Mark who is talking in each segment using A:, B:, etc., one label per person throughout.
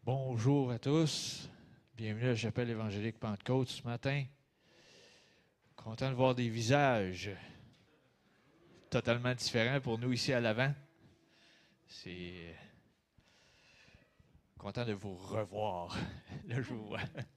A: Bonjour à tous. Bienvenue à la chapelle évangélique Pentecôte ce matin. Content de voir des visages totalement différents pour nous ici à l'avant. C'est content de vous revoir le jour.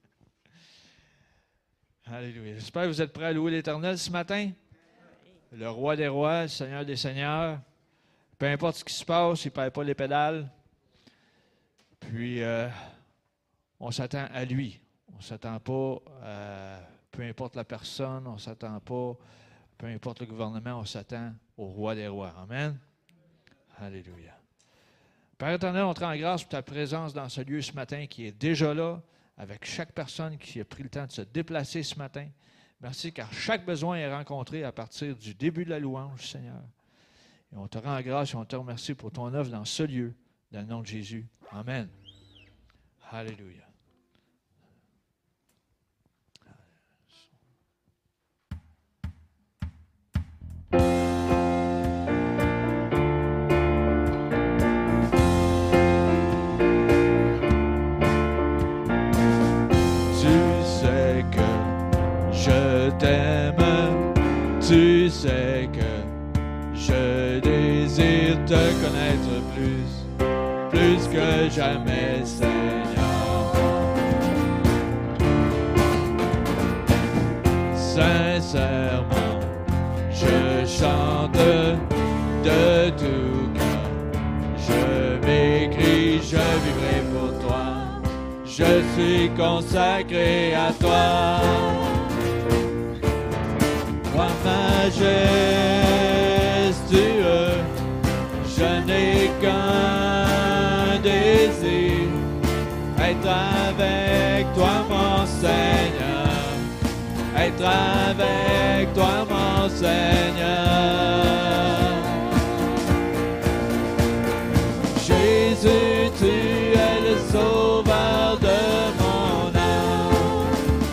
A: Alléluia. J'espère que vous êtes prêts à louer l'Éternel ce matin. Le roi des rois, le Seigneur des seigneurs. Peu importe ce qui se passe, il ne perd pas les pédales. Puis, on s'attend à lui. On ne s'attend pas à peu importe la personne, on ne s'attend pas, peu importe le gouvernement, on s'attend au roi des rois. Amen. Alléluia. Père éternel, on te rend grâce pour ta présence dans ce lieu ce matin qui est déjà là, avec chaque personne qui a pris le temps de se déplacer ce matin. Merci car chaque besoin est rencontré à partir du début de la louange, Seigneur. Et on te rend grâce et on te remercie pour ton œuvre dans ce lieu, dans le nom de Jésus. Amen. Alléluia. Tu sais que je désire te connaître plus que jamais, Seigneur. Sincèrement, je chante de tout cœur. Je m'écrie, je vivrai pour toi. Je suis consacré à toi. Toi majestueux, je n'ai qu'un désir, être avec toi mon Seigneur, être avec toi mon Seigneur. Jésus, tu es le sauveur de mon âme.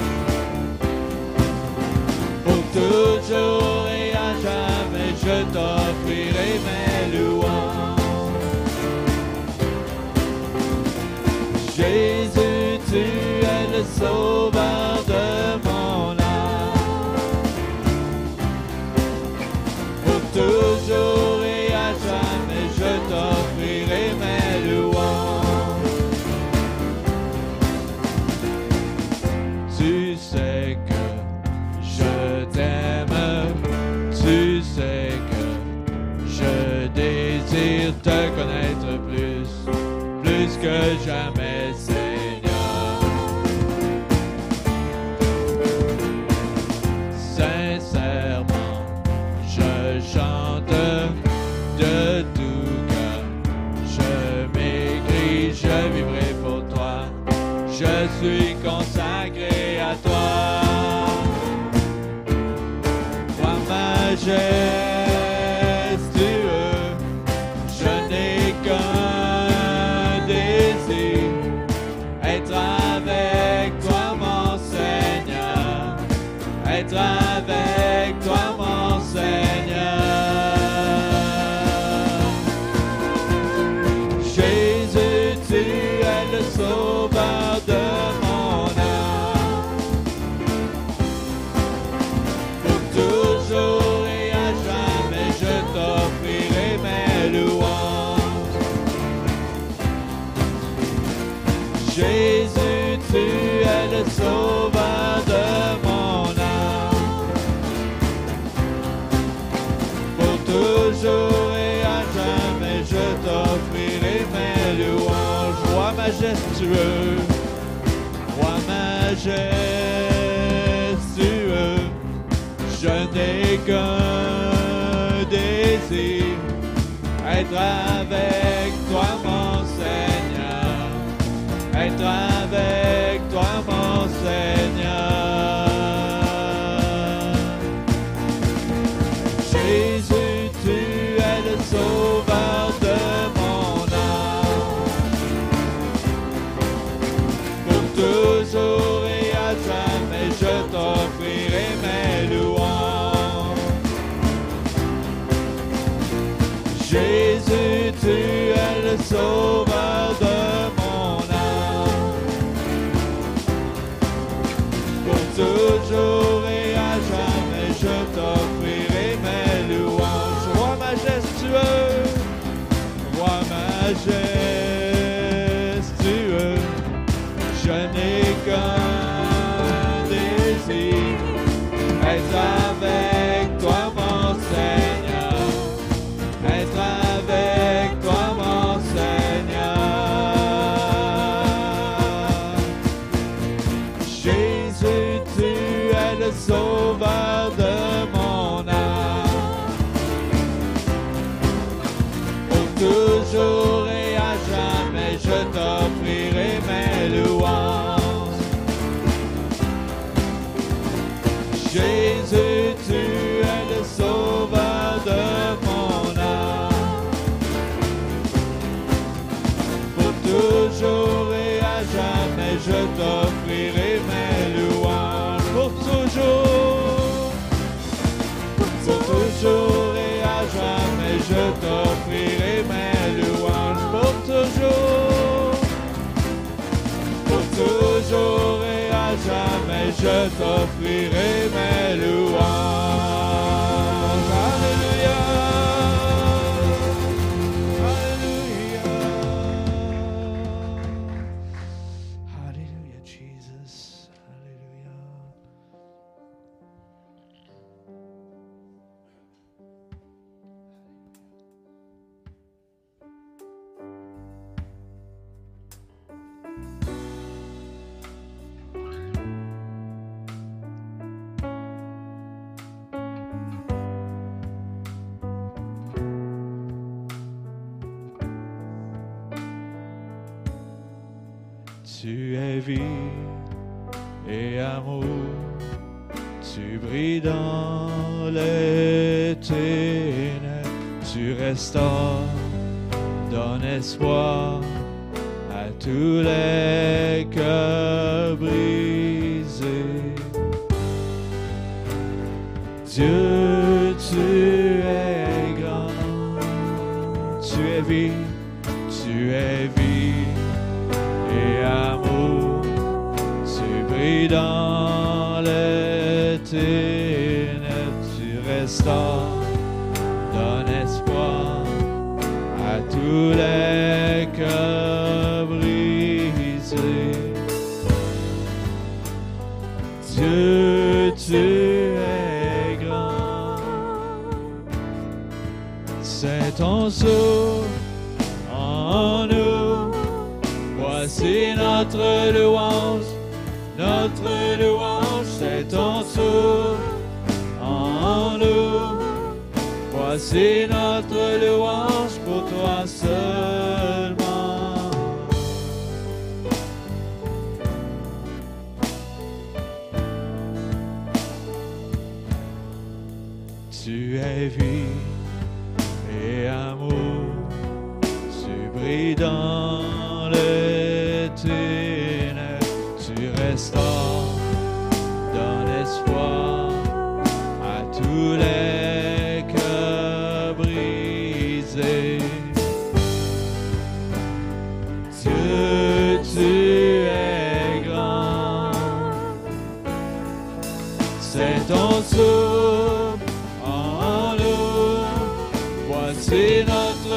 A: Pour toujours et à jamais, je t'offrirai mes louanges. Jésus, tu es le sauveur de mon âme. Pour toujours et à jamais, je t'offrirai mes louanges. Tu sais que je t'aime, tu sais que je désire te connaître plus que jamais, Seigneur. Sincèrement, je chante de tout cœur. Je m'écris, je vivrai pour toi. Je suis consacré à toi. Toi majestueux, je n'ai qu'un désir, être avec toi mon Seigneur, être avec toi mon Seigneur. Jésus, tu es le sauveur de mon âme. Pour toujours et à jamais, je t'offrirai mes louanges. Jésus, tu es le sauveur de mon âme. Pour toujours et à jamais, je t'offrirai mes louanges. Roi majestueux, roi majestueux, je n'ai qu'un désir, être avec toi mon Seigneur, être avec toi mon Seigneur. Jésus, tu es le sauveur de mon âme. Pour toujours et à jamais, je t'offrirai mes louanges. Jésus, tu es le sauveur de mon âme. je t'offrirai mes louanges. Alléluia. Alléluia. Alléluia, Jesus. Alléluia. Tu es vie et amour, tu brilles dans les ténèbres, tu restaures, donnes espoir à tous les cœurs brisés. Dieu, tu es grand, tu es vie, tu es vie et amour, tu brilles dans les ténèbres, tu restaures, donnes espoir à tous les cœurs brisés. Dieu, tu es grand, c'est ton souffle en nous. Voici notre louange, c'est ton souffle en nous. Voici notre louange pour toi seulement. Tu es vie et amour, tu brilles dans les ténèbres, tu restaures, donnes espoir à tous les cœurs brisés. Dieu, tu es grand, c'est ton souffle en nous. Voici notre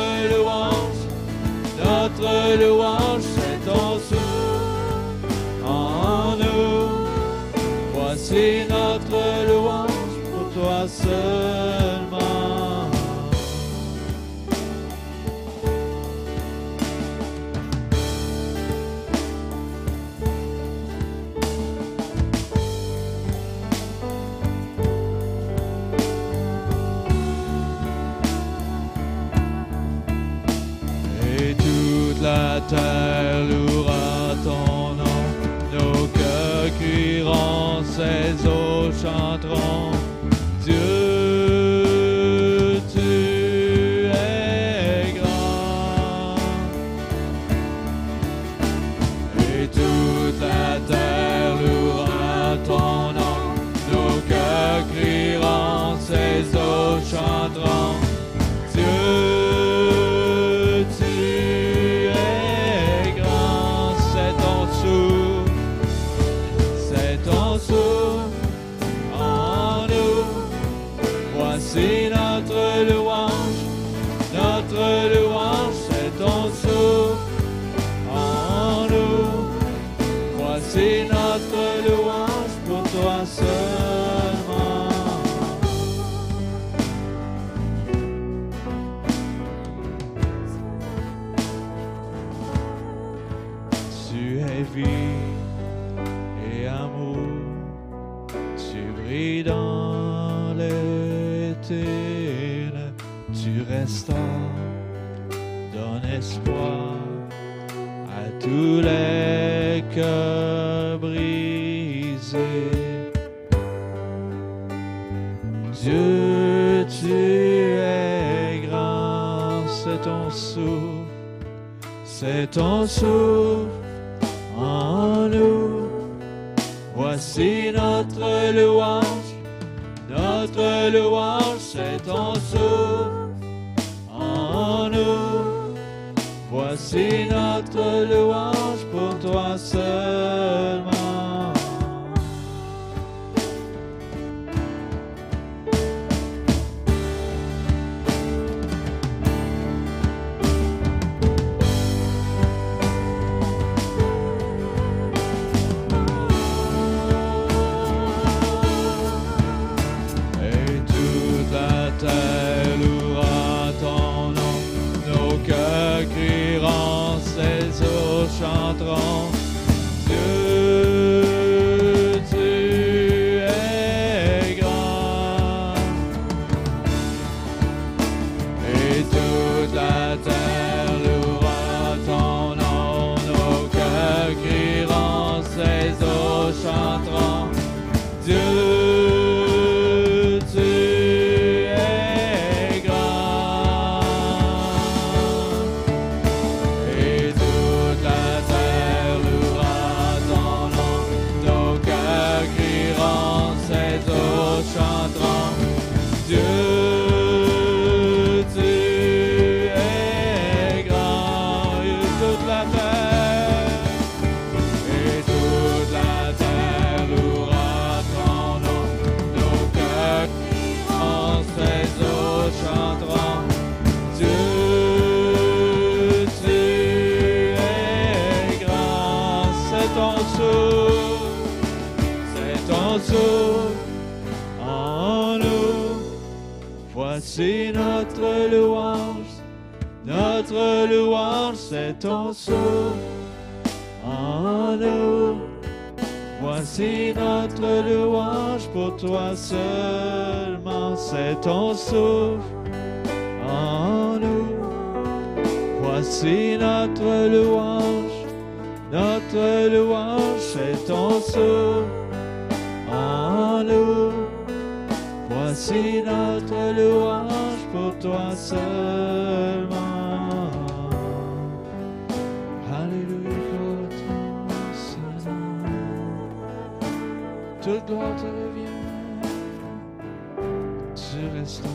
A: louange, c'est ton souffle en nous. Voici notre louange pour toi seulement. Et toute la terre louera ton nom, nos cœurs crieront, ces eaux chanteront. Dieu, tu es grand. Et toute la terre louera ton nom, nos cœurs crieront, ces eaux chanteront. Dieu, c'est notre louange, c'est ton souffle en nous. Voici notre louange pour toi seulement. Tu es vie et amour, tu brilles dans les ténèbres, tu restaures, donnes espoir à tous les cœurs brisés. Dieu, tu es grand, c'est ton souffle en nous. Voici notre louange, c'est ton souffle en nous. Voici notre louange pour toi seulement. ton souffle, c'est ton souffle en nous. Voici notre louange, c'est ton souffle en nous. Voici notre louange pour toi seulement, c'est ton souffle en nous. Voici notre louange, c'est ton souffle en nous. Voici notre louange pour toi seulement. Alléluia pour ton Saint-Nom. Toute gloire te revient, tu restaures.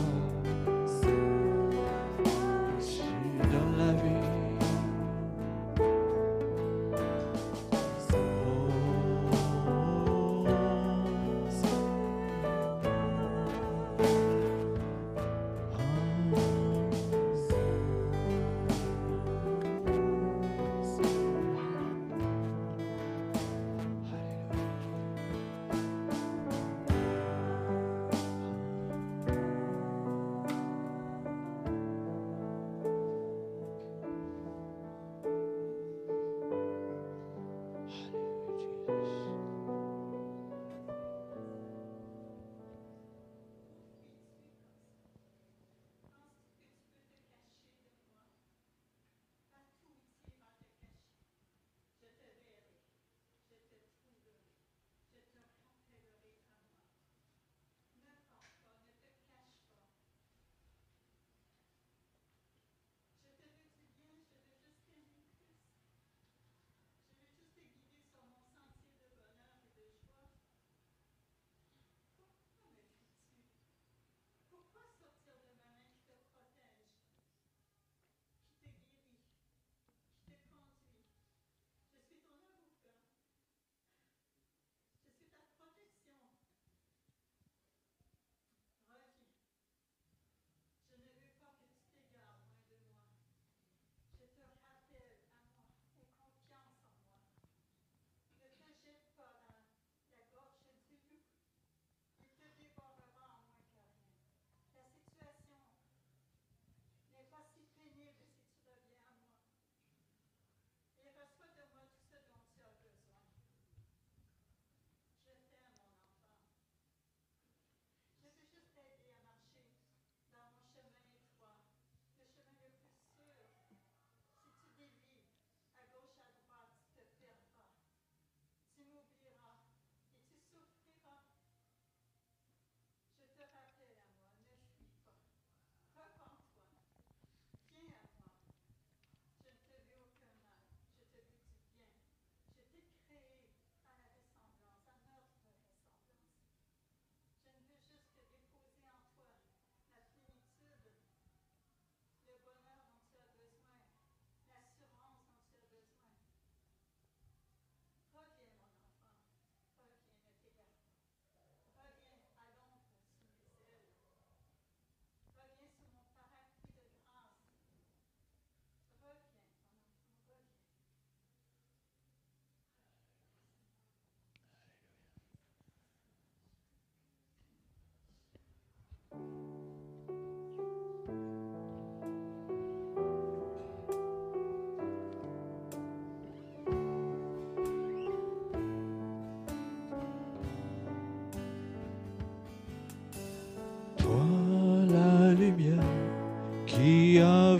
A: Qui a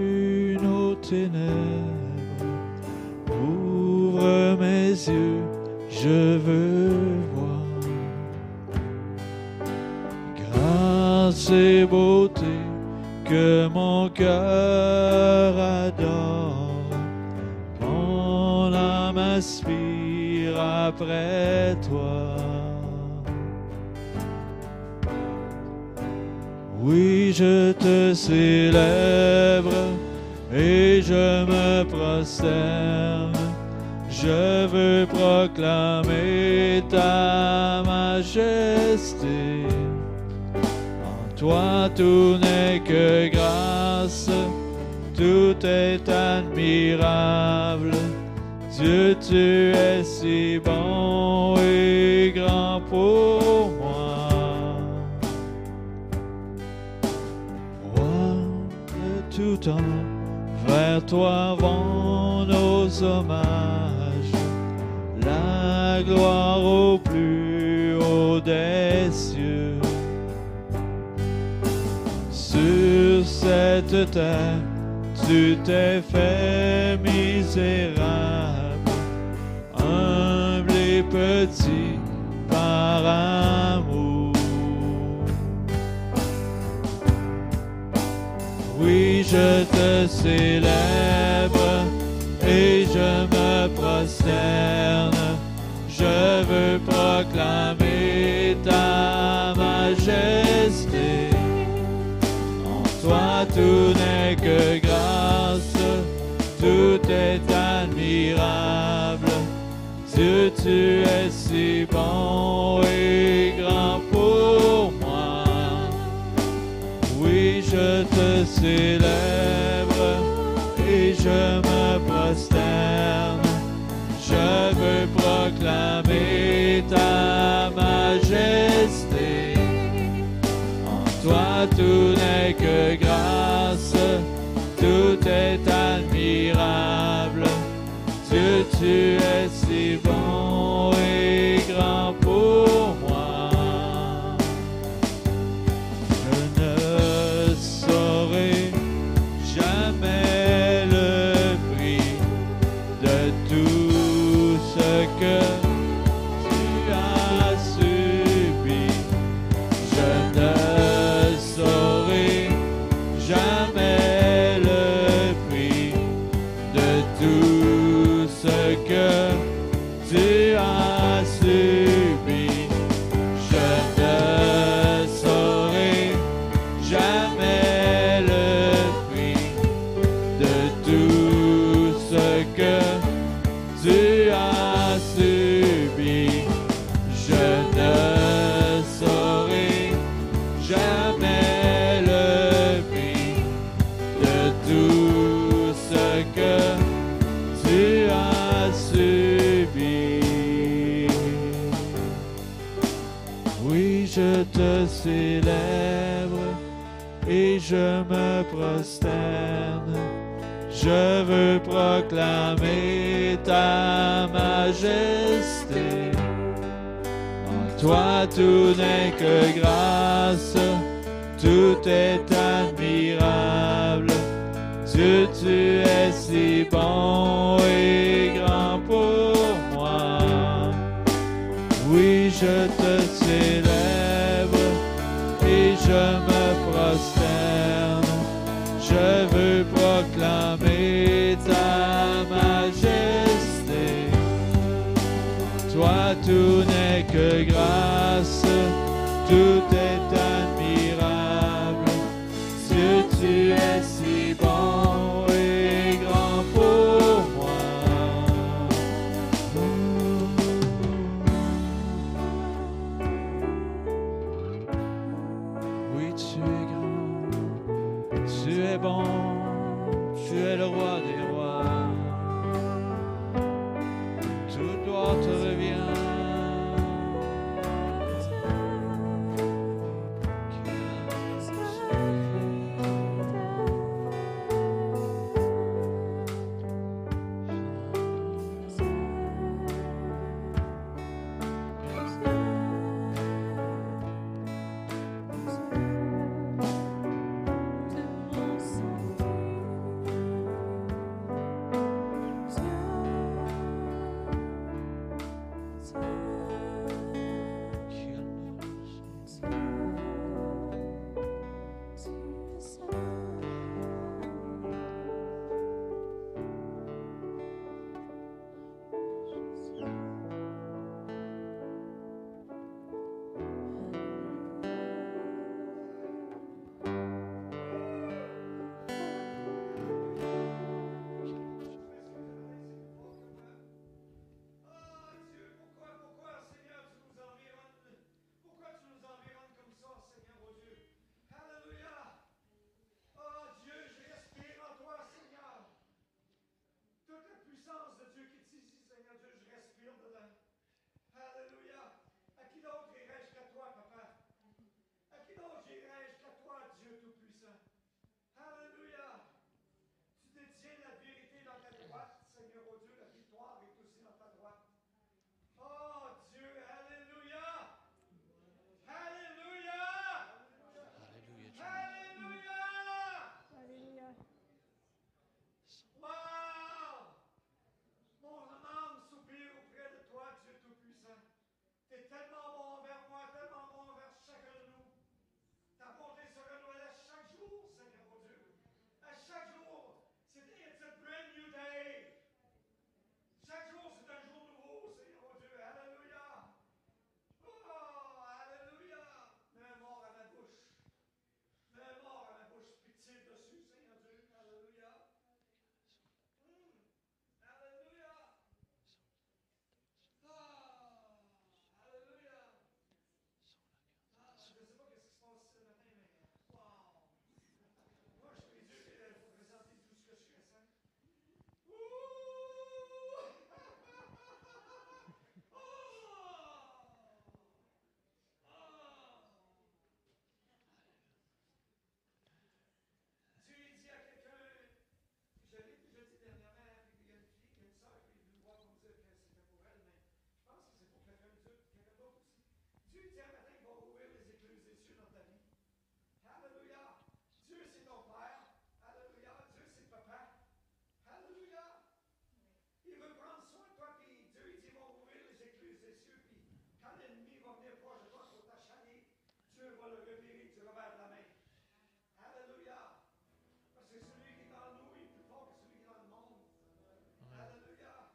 A: vu nos ténèbres, ouvre mes yeux, je veux voir. Grâce et beauté que mon cœur adore, mon âme aspire après toi. Oui, je te célèbre et je me prosterne. Je veux proclamer ta majesté. En toi tout n'est que grâce, tout est admirable. Dieu, tu es si bon et grand pour moi. Roi de tout temps, vers toi vont nos hommages, la gloire au plus haut des cieux. Sur cette terre, tu t'es fait misérable, humble et petit par amour. Oui, je te célèbre et je me prosterne. Je veux proclamer ta majesté. En toi tout n'est que grâce, tout est admirable. Dieu, tu es si bon et grand pour moi. Oui, je te célèbre et je me prosterne. Je veux proclamer ta majesté. En toi tout n'est que grâce, tout est admirable. Dieu, tu es si bon et grand pour moi. Je ne saurai jamais le prix de tout ce que tu as subi. Je ne saurai jamais le prix de tout ce que tu as subi. Je ne saurai jamais le prix de tout ce que tu as subi. Je ne saurai jamais le prix de tout ce que tu as subi. Oui, je te célèbre et je me prosterne. Je veux proclamer ta majesté. En toi tout n'est que grâce, tout est admirable. Dieu, tu es si bon et grand pour moi. Oui, je te célèbre et je me prosterne. Je veux proclamer ta majesté. Toi, tout n'est que grâce, tout est admirable. Dieu, tu es si bon et grand pour moi. Oui, tu es grand, tu es bon, tu es le roi des rois. Toute gloire te revient.
B: Tu es tellement bon envers moi, tellement bon envers chacun de nous. Ta bonté se renouvelle à chaque jour, Seigneur mon Dieu. À chaque jour. It's a brand new day. Chaque jour, c'est un jour nouveau, Seigneur mon Dieu. Alléluia. Oh, alléluia. Mets un mort à ma bouche. Mets un mort à ma bouche. Pitié dessus, Seigneur Dieu. Alléluia. Alléluia. Ah, alléluia. Ah, je ne sais pas ce qui se passe ce matin, mais wow. Moi, je prie Dieu qu'il faut présenter tout ce que je ressens. Dieu dit à quelqu'un, je l'ai déjà dit dernièrement, il y a une fille, il y a une soeur qui est venue me voir pour me dire que c'était pour elle, mais je pense que c'est pour quelqu'un d'autre aussi. Dieu dit un matin qu'il va ouvrir les écluses des cieux dans ta vie. Alléluia. Dieu c'est ton Père. Alléluia. Dieu c'est papa. Alléluia. Il veut prendre soin de toi, puis Dieu il dit qu'il va ouvrir les écluses des cieux, puis quand l'ennemi va venir proche de toi pour t'achaler, Dieu va le revirer du revers de la main. Alléluia. Parce que celui qui est dans nous est plus fort que celui qui est dans le monde. Alléluia.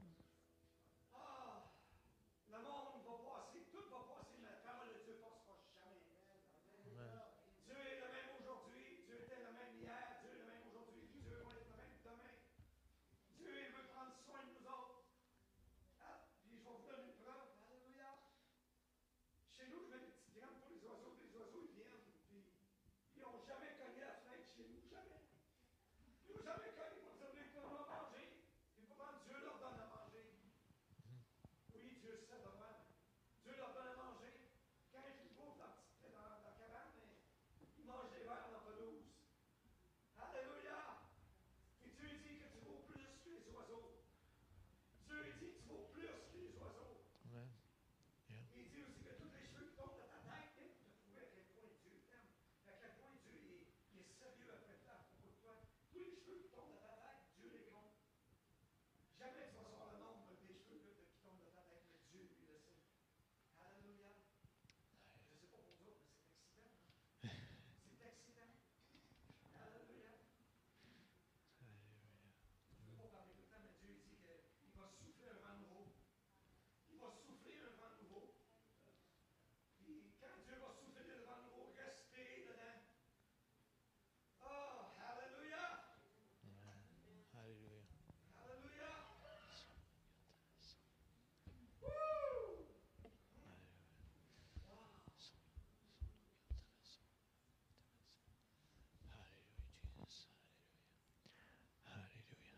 B: Ah, le monde va passer, tout va passer, mais la parole de Dieu ne passera jamais. Dieu est le même aujourd'hui, Dieu était le même hier, Dieu est le même aujourd'hui, Dieu va être le même demain. Dieu il veut prendre soin de nous autres. Ah, puis je vais vous donner une preuve. Alléluia. Chez nous, je mets des petites graines pour les oiseaux ils viennent, puis ils n'ont jamais cogné la fenêtre chez nous, jamais. Ils n'ont jamais cogné pour dire qu'on va manger. Puis pourtant, Dieu leur donne à manger. Oui, Dieu sait de moi. Dieu leur donne à manger. Quand ils trouvent dans la cabane, ils mangent des vers dans la pelouse. Alléluia! Et Dieu dit que tu vaux plus que les oiseaux. Dieu dit que tu vaux plus que les oiseaux.
A: Amen. Yeah.
B: Il dit aussi que tous les cheveux qui tombent de ta tête, tu as trouvé à quel point Dieu t'aime, à quel point Dieu est sérieux après à propos de toi. Tous les cheveux qui tombent de ta tête, Dieu les compte. Jamais tu vas savoir le nombre des cheveux qui tombent de ta tête, mais Dieu lui le sait. Alléluia. Je ne sais pas pour vous autres, mais c'est excitant. C'est excitant. Alléluia. Je ne veux pas parler tout le temps, mais Dieu dit qu'il va souffler un vent nouveau. Il va souffler un vent nouveau. Puis quand Dieu va souffler le vent nouveau, restez dedans. Oh, alléluia!
A: Alléluia.
B: Alléluia! Woo!
A: Hallelujah, Jesus. Hallelujah.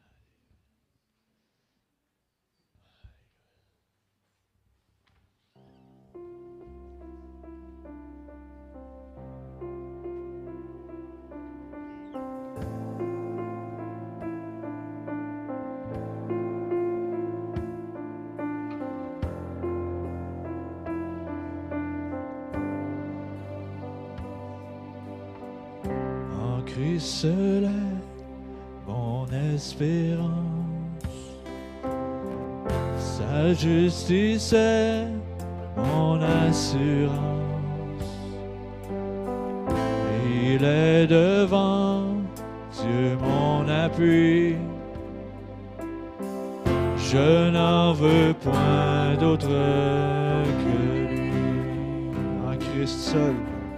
A: En Christ seul est mon espérance, sa justice est mon assurance. Il est devant Dieu mon appui, je n'en veux point d'autre que lui. En Christ seul.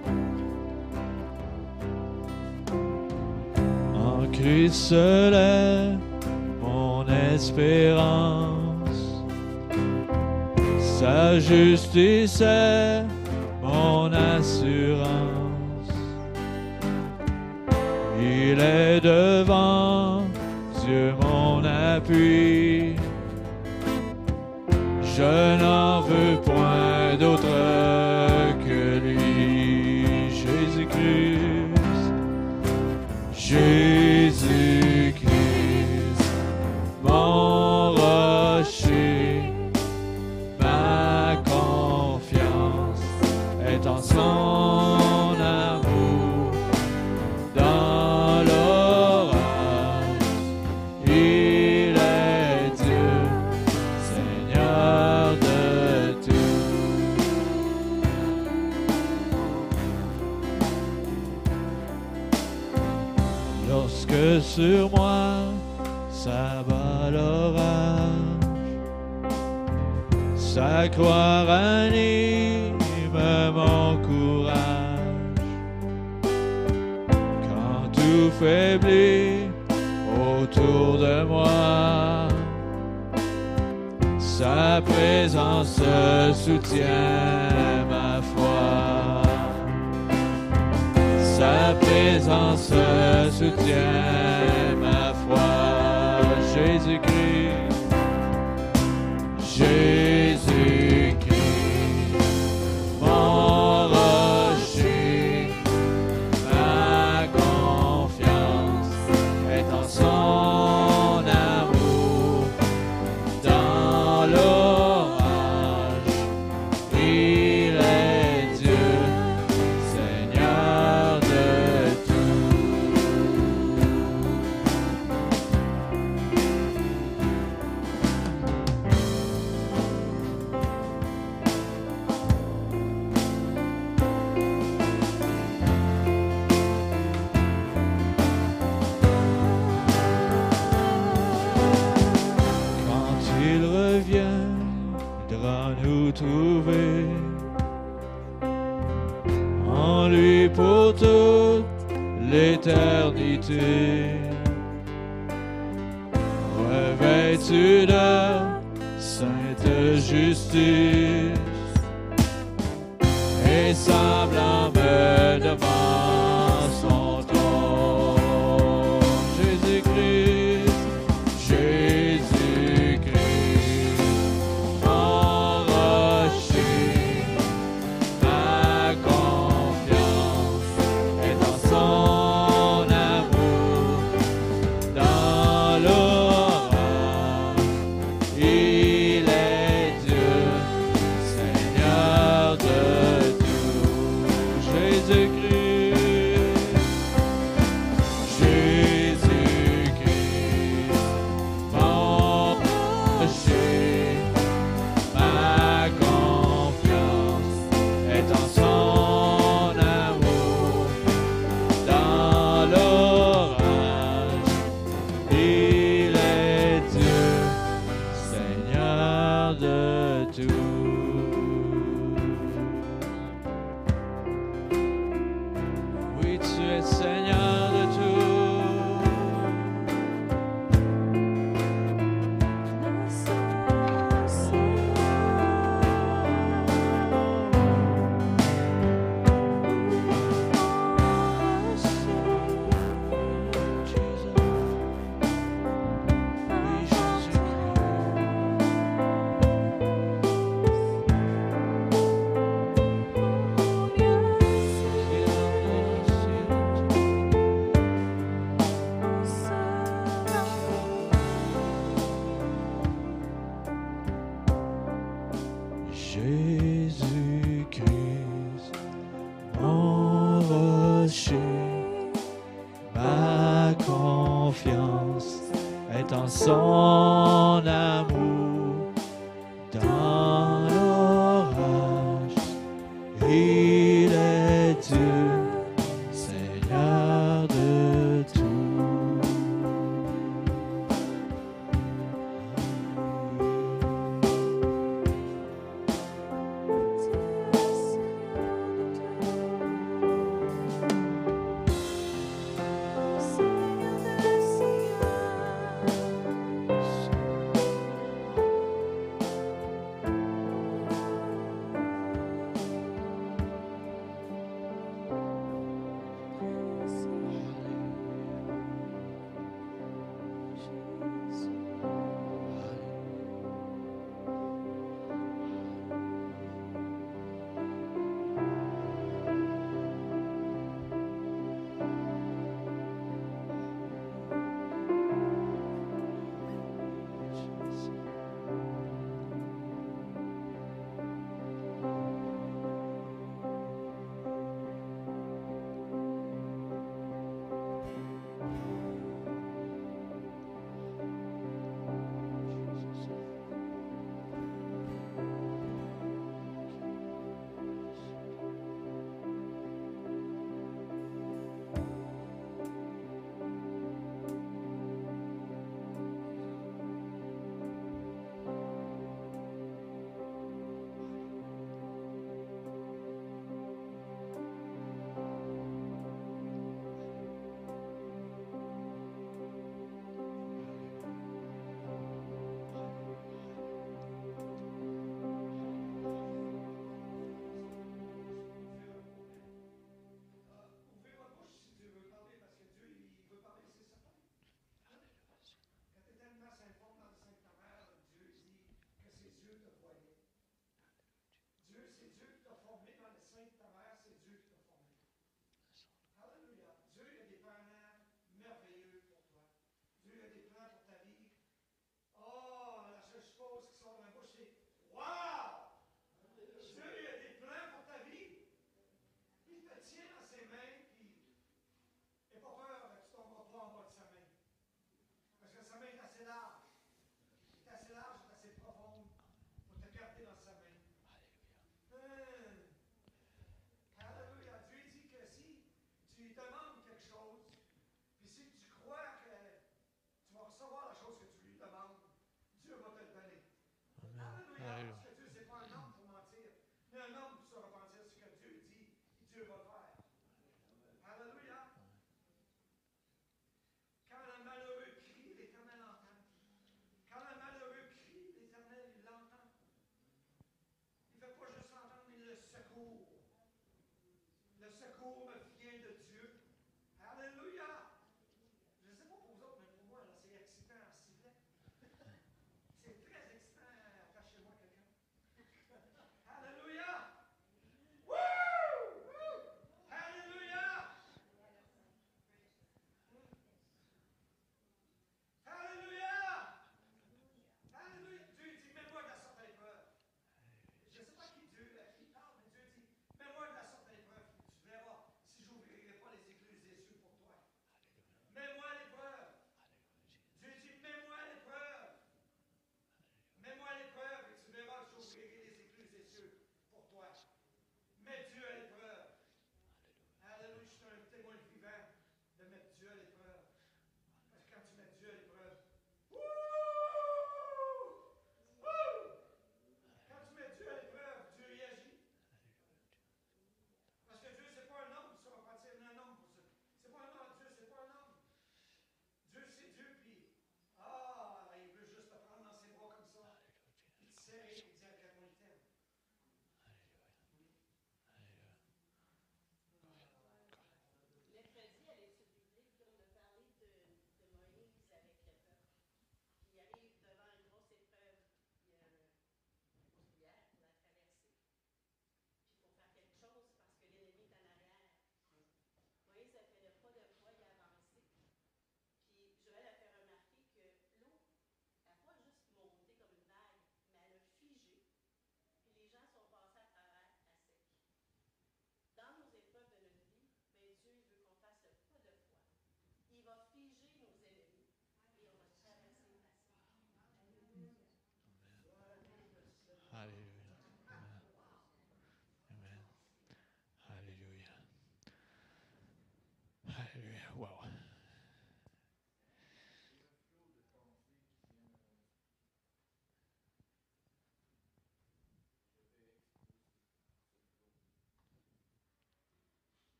A: En Christ seul est mon espérance, sa justice est mon assurance. Il est devant Dieu mon appui, je n'en veux point d'autre que lui. Jésus-Christ, Jésus-Christ, mon rocher, ma confiance est en son amour. Dans l'orage, il est Dieu, Seigneur de tout. sur moi, ça bat l'orage. Sa croix ranime mon courage. Quand tout faiblit autour de moi, sa présence soutient ma foi. Sa présence soutient ma foi. Jésus-Christ, Jésus-Christ, mon rocher, ma confiance est en son amour. Dans l'orage, il est Dieu, Seigneur de tout. Quand il reviendra nous trouver, en lui pour toute l'éternité, revêtu de sainte justice et semblable devant son trône. Jésus-Christ, Jésus-Christ, mon rocher, ma confiance est en son amour. Dans l'orage, il est Dieu, Seigneur de tout. Jésus-Christ, Jésus-Christ, mon rocher, ma confiance est en son amour. Dans l'orage, il est Dieu, Seigneur de tout. Oui, tu es Seigneur de tout. Oui, Jésus-Christ, mon rocher, ma confiance est en son amour. Dans l'orage, il est Dieu, Seigneur de tout.
B: Wow! Dieu, il a des plans pour ta vie. Il te tient dans ses mains, puis n'aie pas peur que tu ne tomberas pas en bas de sa main. Parce que sa main est assez large. Elle est assez large, elle est assez profonde pour te garder dans sa main. Alléluia. Dieu dit que si tu lui demandes quelque chose, puis si tu crois que tu vas recevoir la chose que tu lui demandes, Dieu va te le donner.
A: Amen.
B: Alléluia. Parce que Dieu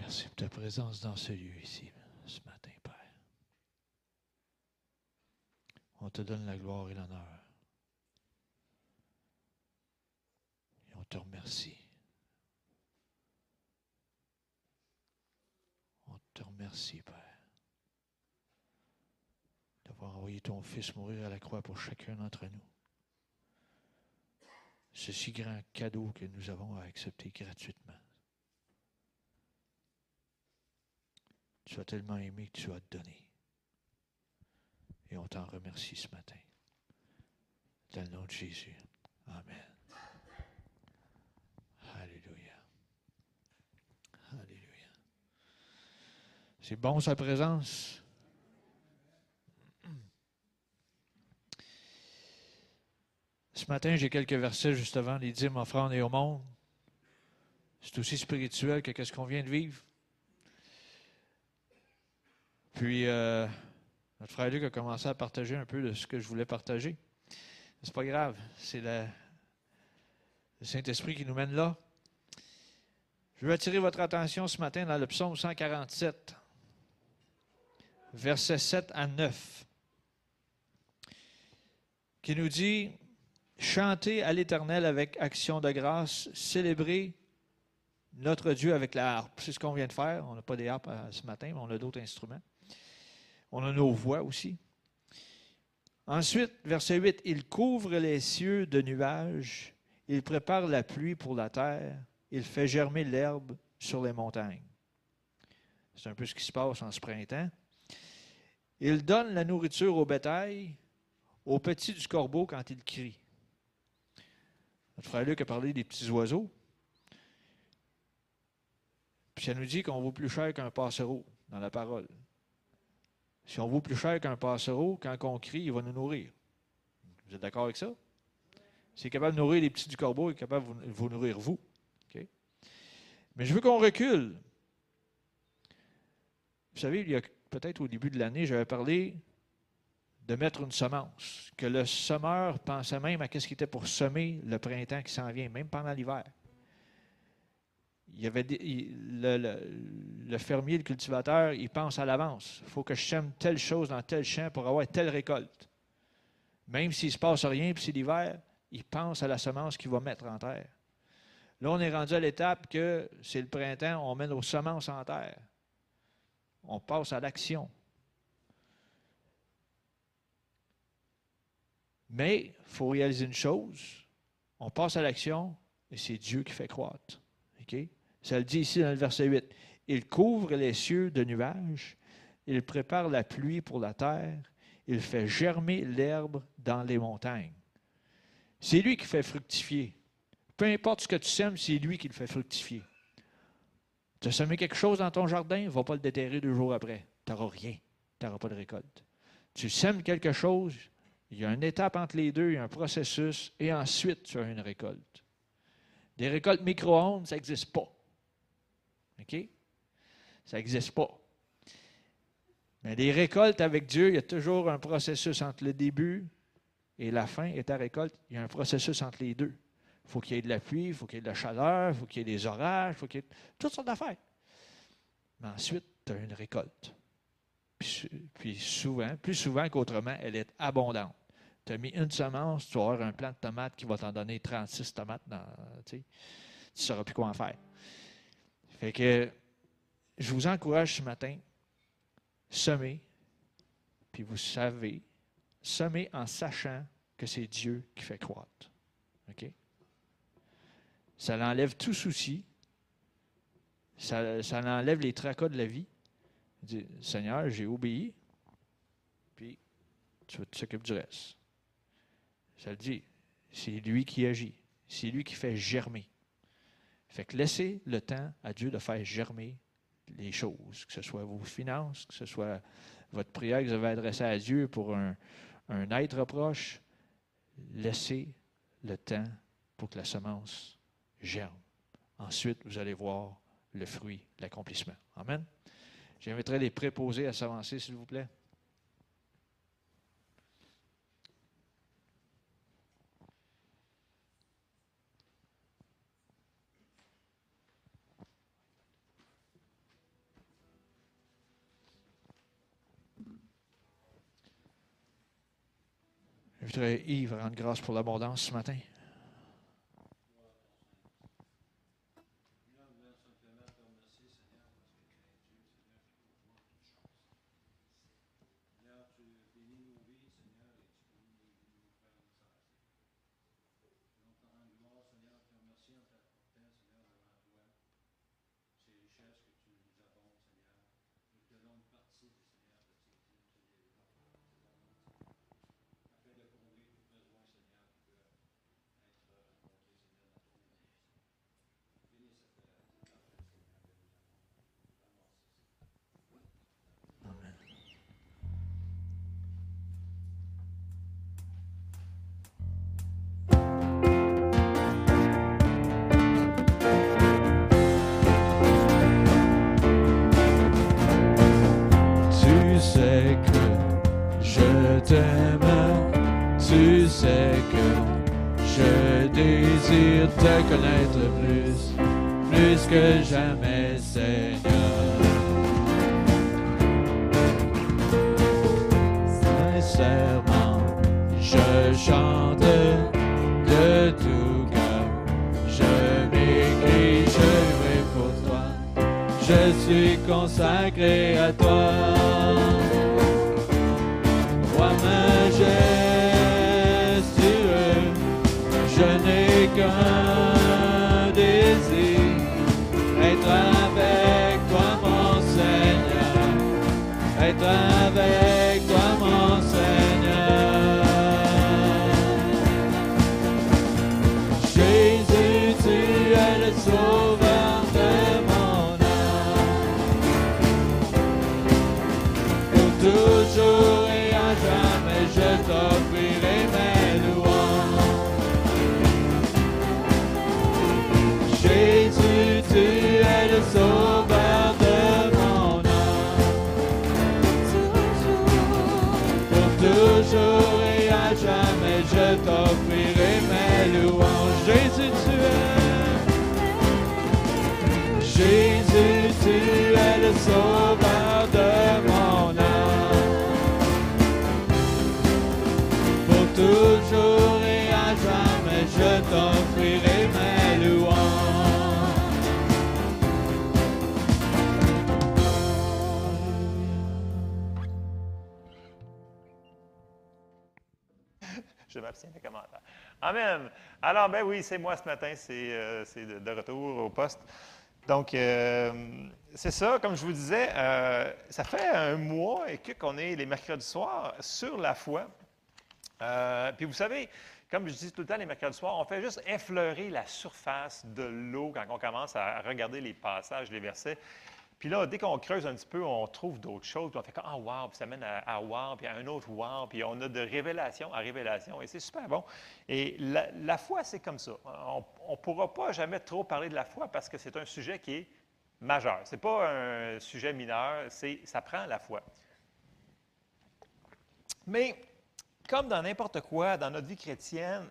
A: Merci pour ta présence dans ce lieu ici, ce matin, Père. On te donne la gloire et l'honneur. Et on te remercie. On te remercie, Père, d'avoir envoyé ton Fils mourir à la croix pour chacun d'entre nous. Ce si grand cadeau que nous avons à accepter gratuitement. Tu as tellement aimé que tu as donné. Et on t'en remercie ce matin. Dans le nom de Jésus. Amen. Alléluia. Alléluia. C'est bon sa présence. Ce matin, j'ai quelques versets juste avant les dîmes, offrandes et aumônes. C'est aussi spirituel que ce qu'on vient de vivre. Puis, notre frère Luc a commencé à partager un peu de ce que je voulais partager. C'est pas grave, c'est le Saint-Esprit qui nous mène là. Je veux attirer votre attention ce matin dans le psaume 147, versets 7 à 9, qui nous dit « Chantez à l'Éternel avec action de grâce, célébrez notre Dieu avec la harpe. » C'est ce qu'on vient de faire. On n'a pas des harpes ce matin, mais on a d'autres instruments. On a nos voix aussi. Ensuite, verset 8, « Il couvre les cieux de nuages, il prépare la pluie pour la terre, il fait germer l'herbe sur les montagnes. » C'est un peu ce qui se passe en ce printemps. « Il donne la nourriture au bétail, aux petits du corbeau quand il crie. » Notre frère Luc a parlé des petits oiseaux. Puis ça nous dit qu'on vaut plus cher qu'un passereau dans la parole. Si on vaut plus cher qu'un passereau, quand on crie, il va nous nourrir. Vous êtes d'accord avec ça? S'il est capable de nourrir les petits du corbeau, il est capable de vous nourrir vous. Okay? Mais je veux qu'on recule. Vous savez, il y a peut-être au début de l'année, j'avais parlé de mettre une semence. Que le semeur pensait même à ce qui était pour semer le printemps qui s'en vient, même pendant l'hiver. Il y avait le fermier, le cultivateur, il pense à l'avance. Il faut que je sème telle chose dans tel champ pour avoir telle récolte. Même s'il ne se passe rien, puis c'est l'hiver, il pense à la semence qu'il va mettre en terre. Là, on est rendu à l'étape que c'est le printemps, on met nos semences en terre. On passe à l'action. Mais il faut réaliser une chose, on passe à l'action et c'est Dieu qui fait croître. Okay? Ça le dit ici dans le verset 8. « Il couvre les cieux de nuages, il prépare la pluie pour la terre, il fait germer l'herbe dans les montagnes. » C'est lui qui fait fructifier. Peu importe ce que tu sèmes, c'est lui qui le fait fructifier. Tu as semé quelque chose dans ton jardin, il ne va pas le déterrer 2 jours après. Tu n'auras rien. Tu n'auras pas de récolte. Tu sèmes quelque chose, il y a une étape entre les deux, il y a un processus, et ensuite tu as une récolte. Des récoltes micro-ondes, ça n'existe pas. OK? Ça n'existe pas. Mais des récoltes avec Dieu, il y a toujours un processus entre le début et la fin et ta récolte. Il y a un processus entre les deux. Il faut qu'il y ait de la pluie, il faut qu'il y ait de la chaleur, il faut qu'il y ait des orages, il faut qu'il y ait toutes sortes d'affaires. Mais ensuite, tu as une récolte. Puis souvent, plus souvent qu'autrement, elle est abondante. Tu as mis une semence, tu vas avoir un plant de tomates qui va t'en donner 36 tomates. Tu ne sauras plus quoi en faire. Fait que je vous encourage ce matin, semez, puis vous savez, semez en sachant que c'est Dieu qui fait croître. OK? Ça l'enlève tout souci. Ça enlève les tracas de la vie. Dit, Seigneur, j'ai obéi, puis tu t'occupes du reste. Ça le dit, c'est lui qui agit. C'est lui qui fait germer. Fait que laissez le temps à Dieu de faire germer les choses, que ce soit vos finances, que ce soit votre prière que vous avez adressée à Dieu pour un être proche. Laissez le temps pour que la semence germe. Ensuite, vous allez voir le fruit, l'accomplissement. Amen. J'inviterai les préposés à s'avancer, s'il vous plaît. J'inviterai Yves à rendre grâce pour l'abondance ce matin. Tu sais que je t'aime, tu sais que je désire te connaître plus que jamais, Seigneur. Sincèrement, je chante de tout cœur, je m'écris, je vais pour toi. Je suis consacré à toi, roi majestueux, je n'ai qu'un désir, être avec toi mon Seigneur, être avec toi mon Seigneur. Jésus, tu es le sauveur de mon toujours et à jamais, je t'offrirai mes louanges. Jésus, tu es le sauveur de mon âme. Pour toujours et à jamais, je t'offrirai mes louanges. Jésus, tu es le sauveur de mon âme. Toujours et à jamais, je t'offrirai mes louanges.
C: Je m'abstiens des commentaires. Amen. Alors, ben oui, c'est moi ce matin, c'est de retour au poste. Donc, c'est ça, comme je vous disais, ça fait un mois et qu'on est les mercredis soirs sur la foi. Puis vous savez, comme je dis tout le temps les mercredis soirs, on fait juste effleurer la surface de l'eau quand on commence à regarder les passages, les versets. Puis là, dès qu'on creuse un petit peu, on trouve d'autres choses. Puis on fait comme « Ah, wow! » Puis ça mène à « wow! » Puis à un autre « wow! » Puis on a de révélation à révélation. Et c'est super bon. Et la foi, c'est comme ça. On ne pourra pas jamais trop parler de la foi parce que c'est un sujet qui est majeur. Ce n'est pas un sujet mineur, ça prend la foi. Mais comme dans n'importe quoi, dans notre vie chrétienne,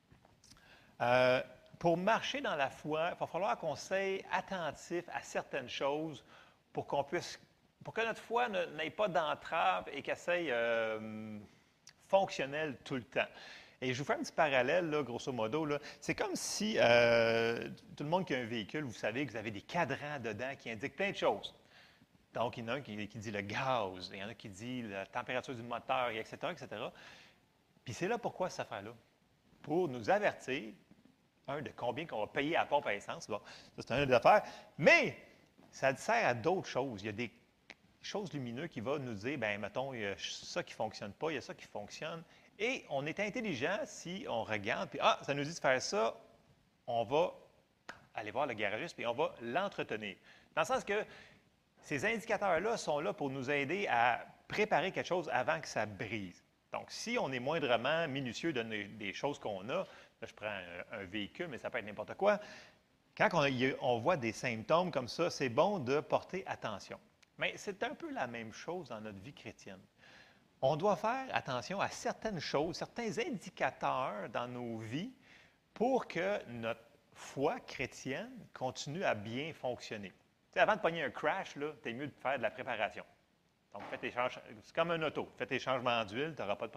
C: pour marcher dans la foi, il va falloir qu'on soit attentif à certaines choses pour que notre foi n'ait pas d'entrave et qu'elle soit fonctionnelle tout le temps. Et je vous fais un petit parallèle, là, grosso modo. Là. C'est comme si tout le monde qui a un véhicule, vous savez que vous avez des cadrans dedans qui indiquent plein de choses. Donc, il y en a un qui dit le gaz, il y en a qui dit la température du moteur, etc., etc. Puis c'est là pourquoi cette affaire-là? Pour nous avertir, de combien qu'on va payer à la pompe à essence. Bon, ça, c'est un autre affaire. Mais ça sert à d'autres choses. Il y a des choses lumineuses qui vont nous dire, bien, mettons, il y a ça qui ne fonctionne pas, il y a ça qui fonctionne. Et on est intelligent si on regarde, puis ça nous dit de faire ça, on va aller voir le garagiste, puis on va l'entretenir. Dans le sens que ces indicateurs-là sont là pour nous aider à préparer quelque chose avant que ça brise. Donc, si on est moindrement minutieux des choses qu'on a, là, je prends un véhicule, mais ça peut être n'importe quoi, quand on voit des symptômes comme ça, c'est bon de porter attention. Mais c'est un peu la même chose dans notre vie chrétienne. On doit faire attention à certaines choses, certains indicateurs dans nos vies pour que notre foi chrétienne continue à bien fonctionner. Tu sais, avant de pogner un crash, tu es mieux de faire de la préparation. Donc, c'est comme un auto. Fais tes changements d'huile, tu n'auras pas de problème.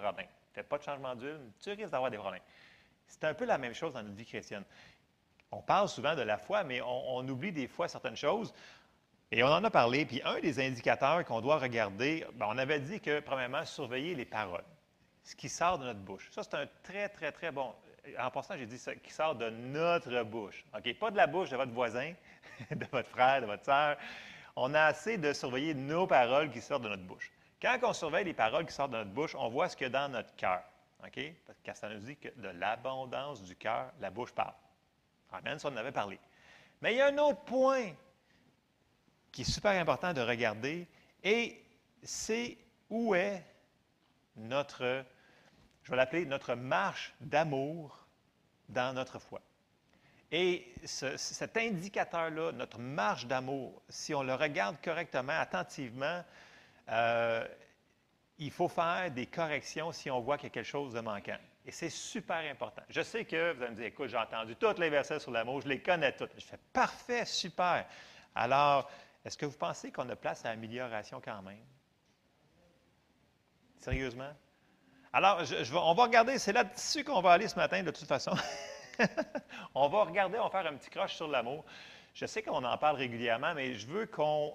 C: fais pas de changement d'huile, tu risques d'avoir des problèmes. C'est un peu la même chose dans notre vie chrétienne. On parle souvent de la foi, mais on oublie des fois certaines choses. Et on en a parlé, puis un des indicateurs qu'on doit regarder, on avait dit que, premièrement, surveiller les paroles, ce qui sort de notre bouche. Ça, c'est un très, très, très bon. En passant, j'ai dit ça, qui sort de notre bouche. OK? Pas de la bouche de votre voisin, de votre frère, de votre sœur. On a assez de surveiller nos paroles qui sortent de notre bouche. Quand on surveille les paroles qui sortent de notre bouche, on voit ce qu'il y a dans notre cœur. OK? Parce que ça nous dit que de l'abondance du cœur, la bouche parle. Amen, ça, on en avait parlé. Mais il y a un autre point qui est super important de regarder, et c'est où est notre, je vais l'appeler notre marche d'amour dans notre foi. Et cet indicateur-là, notre marche d'amour, si on le regarde correctement, attentivement, il faut faire des corrections si on voit qu'il y a quelque chose de manquant. Et c'est super important. Je sais que vous allez me dire, écoute, j'ai entendu tous les versets sur l'amour, je les connais tous. Je fais parfait, super. Alors, est-ce que vous pensez qu'on a place à amélioration quand même? Sérieusement? Alors, on va regarder, c'est là-dessus qu'on va aller ce matin, de toute façon. On va regarder, on va faire un petit croche sur l'amour. Je sais qu'on en parle régulièrement, mais je veux qu'on